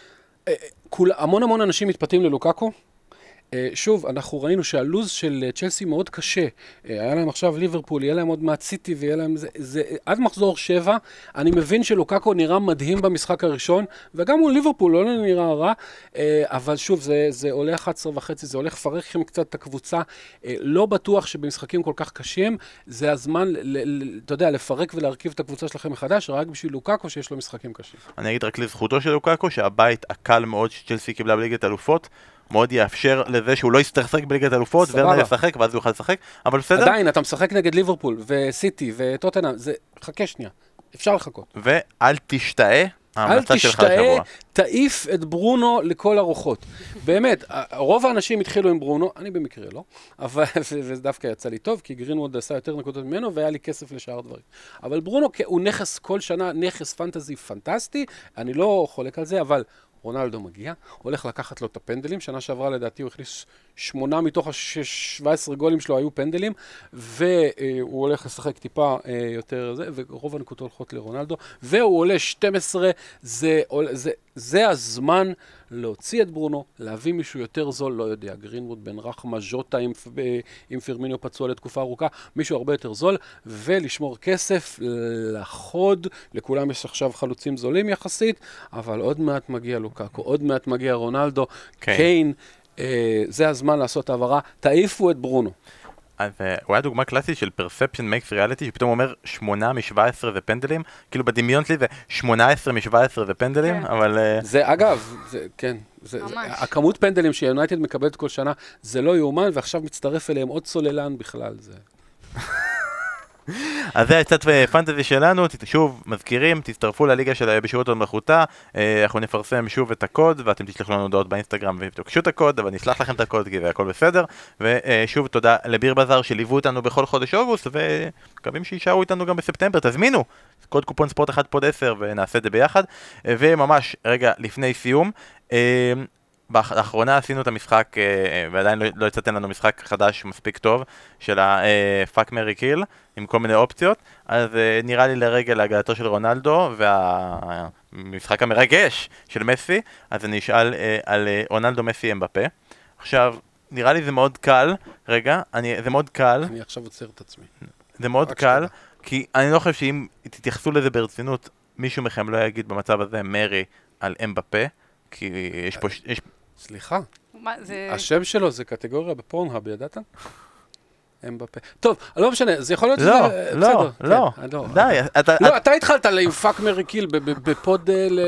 כול, המון המון אנשים מתפתים ללוקאקו. שוב, אנחנו ראינו שהלוז של צ'לסי מאוד קשה. היה להם עכשיו ליברפול, יהיה להם עוד מעט סיטי, ויהיה להם זה, זה, עד מחזור שבע, אני מבין שלוקאקו נראה מדהים במשחק הראשון, וגם מול ליברפול לא נראה רע, אבל שוב, זה, זה עולה אחת עשרה וחצי, זה הולך לפרק לכם קצת את הקבוצה. לא בטוח שבמשחקים כל כך קשים, זה הזמן, ל, ל, אתה יודע, לפרק ולהרכיב את הקבוצה שלכם מחדש, רק בשביל לוקאקו שיש לו משחקים קשים. אני אגיד רק לזכותו של לוקאקו, שהבית הקל מאוד שצ'לסי קיבלה בליגת אלופות, מאוד יאפשר לזה שהוא לא ישחק בליגת אלופות, ורנר ישחק, ואז הוא יוכל לשחק, אבל בסדר. עדיין, אתה משחק נגד ליברפול, וסיטי, וטוטנהאם, זה חכה שנייה, אפשר לחכות. ואל תשתאה, אל תשתאה, תעיף את ברונו לכל הרוחות. באמת, רוב האנשים התחילו עם ברונו, אני במקרה לא, אבל זה דווקא יצא לי טוב, כי גרינווד עשה יותר נקודות ממנו, והיה לי כסף לשאר דברים. אבל ברונו הוא נכס כל שנה, נכס פנטזי פנטסטי, אני לא חולק על זה, אבל רונלדו מגיע, הולך לקחת לו את הפנדלים, שנה שעברה לדעתי הוא הכניס שמונה מתוך ה-שבע עשרה גולים שלו היו פנדלים, והוא הולך לשחק טיפה יותר זה, ורוב הנקודות הולכות לרונלדו, והוא עולה שתים עשרה, זה, זה, זה הזמן להוציא את ברונו, להביא מישהו יותר זול, לא יודע, גרינווד, בן רחמה, ז'וטה עם, עם פרמיניו פצוע לתקופה ארוכה, מישהו הרבה יותר זול, ולשמור כסף, לחוד, לכולם יש עכשיו חלוצים זולים יחסית, אבל עוד מעט מגיע לוקאקו, עוד מעט מגיע רונלדו, okay. קיין, אה, זה הזמן לעשות העברה, תעיפו את ברונו. אז הוא היה דוגמה קלאסית של perception makes reality, שפתאום אומר שמונה מ-שבע עשרה ופנדלים, כאילו בדמיון שלי זה שמונה עשרה מ-שבע עשרה ופנדלים, אבל... זה אגב, זה, כן, זה, זה, הכמות פנדלים שיונייטד מקבלת כל שנה, זה לא יאומן, ועכשיו מצטרף אליהם עוד סוללן בכלל, זה... אז זה קצת פנטזי שלנו, שוב מזכירים, תצטרפו לליגה של בשירות עוד מלכותה, אנחנו נפרסם שוב את הקוד ואתם תשלחו לנו הודעות באינסטגרם ותבקשו את הקוד, אבל נשלח לכם את הקוד כי זה הכל בסדר, ושוב תודה לביר בזאר שליוו אותנו בכל חודש אוגוסט, ומקווים שישארו איתנו גם בספטמבר, תזמינו, קוד קופון ספורט אחד פוד עשר ונעשה את זה ביחד, וממש רגע לפני סיום, באחרונה עשינו את המשחק, ועדיין לא יצאתם לנו משחק חדש מספיק טוב, של ה-Fuck Mary Kill, עם כל מיני אופציות, אז נראה לי לרגע להגעתו של רונלדו, והמשחק המרגש של מסי, אז אני אשאל על רונלדו, מסי, אמבפה. עכשיו, נראה לי זה מאוד קל, רגע, אני, זה מאוד קל. אני עכשיו עוצר את עצמי. זה מאוד קל, כי אני לא חושב שאם תתייחסו לזה ברצינות, מישהו מכם לא יגיד במצב הזה מרי על אמבפה, כי יש פה... יש... סליחה, מה, זה... השם שלו זה קטגוריה בפורנהאב, ידעת? אמבפה. טוב, לא משנה, זה יכול להיות... לא, לא, לא, די. לא, אתה התחלת עם פאק מרי קיל בפוד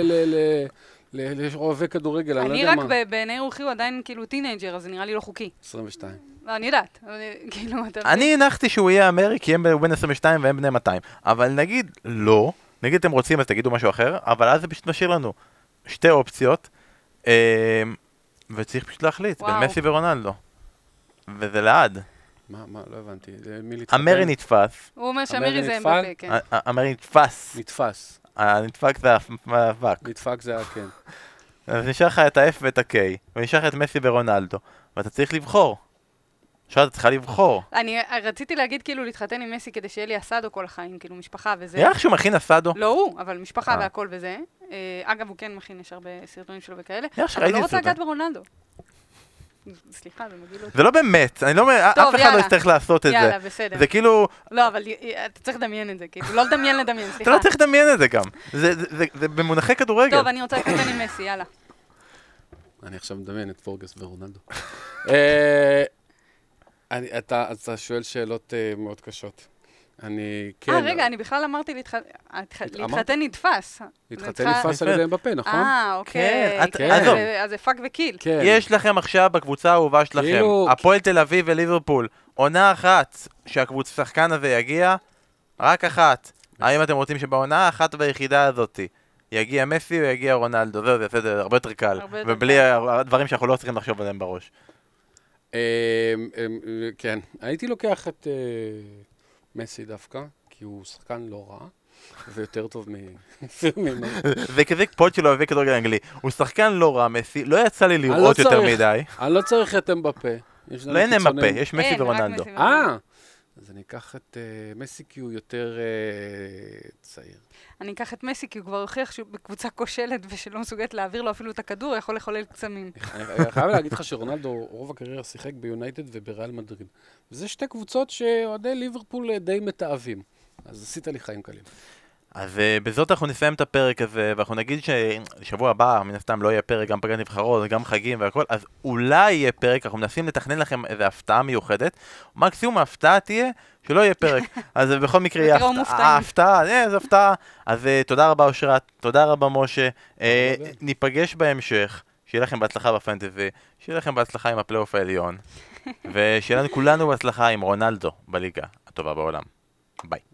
לאוהבי כדורגל, אני לא יודע מה. אני רק בעיני רוחי הוא עדיין כאילו טינג'ר, אז זה נראה לי לא חוקי. עשרים ושתיים. לא, אני יודעת. אני הנחתי שהוא יהיה אמרי, כי הם בן עשרים ושתיים והם בני מאתיים. אבל נגיד לא, נגיד אתם רוצים אז תגידו משהו אחר, אבל אז זה פשוט משאיר לנו שתי אופציות, וצריך פשוט להחליט, בין מסי ורונלדו. וזה לעד. מה, מה, לא הבנתי. מי להתחתן? אמרי נתפס. הוא אומר שאמרי זה אמבפה, כן. אמרי נתפס. נתפס. הנדפק זה המאבק. נדפק זה כן. אז נשאר לך את ה-F ואת ה-K, ונשאר לך את מסי ורונלדו, ואתה צריך לבחור. עכשיו אתה צריכה לבחור. אני רציתי להגיד כאילו להתחתן עם מסי כדי שיהיה לי אסדו כל החיים, כאילו משפחה וזה. נראה לך שהוא מכין אסדו? לא הוא, אבל משפחה והכל וזה. אגב, הוא כן מכין, יש הרבה סרטונים שלו וכאלה. אבל לא רוצה לגעת ברונלדו. סליחה, זה מגעיל אותי. זה לא באמת, אני לא אומר, אף אחד יאללה. לא יצטרך לעשות את זה. יאללה, בסדר. זה כאילו, לא, אבל י- י- אתה צריך לדמיין את זה, כאילו, לא לדמיין לדמיין, אתה סליחה. לא צריך לדמיין את זה גם. זה- זה זה- זה במונחי כדורגל. טוב, אני רוצה להתחתן עם מסי, יאללה. אני עכשיו מדמיין את פורגס ורונלדו. אה, אני- אתה אתה שואל שאלות אה, מאוד קשות. אני, כן... אה, רגע, אני בכלל אמרתי להתח- התח- אמרת? להתחתן נתפס. להתחתן נתח- נתפס על ידי אמבפה, נכון? אה, אוקיי. כן, את- כן. אז עזוב. זה- אז זה פאק וקיל. כן. יש לכם עכשיו בקבוצה האהובה שלכם, כאילו- הפועל תל אביב וליברפול, עונה אחת שהקבוצה שחקן הזה יגיע, רק אחת. האם אתם רוצים שבעונה האחת והיחידה הזאת יגיע מסי או יגיע רונלדו? זהו, זה יעשה את זה הרבה יותר קל. הרבה יותר ובלי קל. הדברים שאנחנו לא צריכים לחשוב עליהם בראש. אמ, אמ, כן, הייתי לוקח את אה, מסי דווקא, כי הוא שחקן לא רע, ויותר טוב מ... ממנו. זה כזה פוד שלו אוהבי כדורגל אנגלי. הוא שחקן לא רע, מסי, לא יצא לי לראות לא יותר צריך. מדי. אני לא צריך את אמבפה. יש לנו לא אין אמבפה, קיצוניים. יש מסי אין, רק ורונלדו. מסי ורונלדו. אה, אז אני אקח את אה, מסי כי הוא יותר אה, צעיר. אני אקח את מסי, כי הוא כבר הוכיח שהוא בקבוצה כושלת ושלא מסוגלת להעביר לו אפילו את הכדור, הוא יכול לחולל קסמים. אני אני חייב להגיד לך שרונלדו רוב הקריירה שיחק ביונייטד ובריאל מדריד. וזה שתי קבוצות שאוהדי ליברפול די מתעבים. אז עשית לי חיים קלים. אז uh, בזאת אנחנו נסיים את הפרק הזה, ואנחנו נגיד ששבוע הבא, מן הסתם לא יהיה פרק, גם פגרת נבחרות, גם חגים והכל, אז אולי יהיה פרק, אנחנו מנסים לתכנן לכם איזו הפתעה מיוחדת, מקסימום ההפתעה תהיה שלא יהיה פרק, אז בכל מקרה יהיה ותראו הפתעה, מופתעים. ההפתעה, אה, זו הפתעה, אז uh, תודה רבה אושרת, תודה רבה משה, uh, רבה. ניפגש בהמשך, שיהיה לכם בהצלחה בפנטזי, שיהיה לכם בהצלחה עם הפלייאוף העליון, ושיהיה לנו כולנו בהצלחה עם רונלדו בליגה הטובה בעולם. ביי.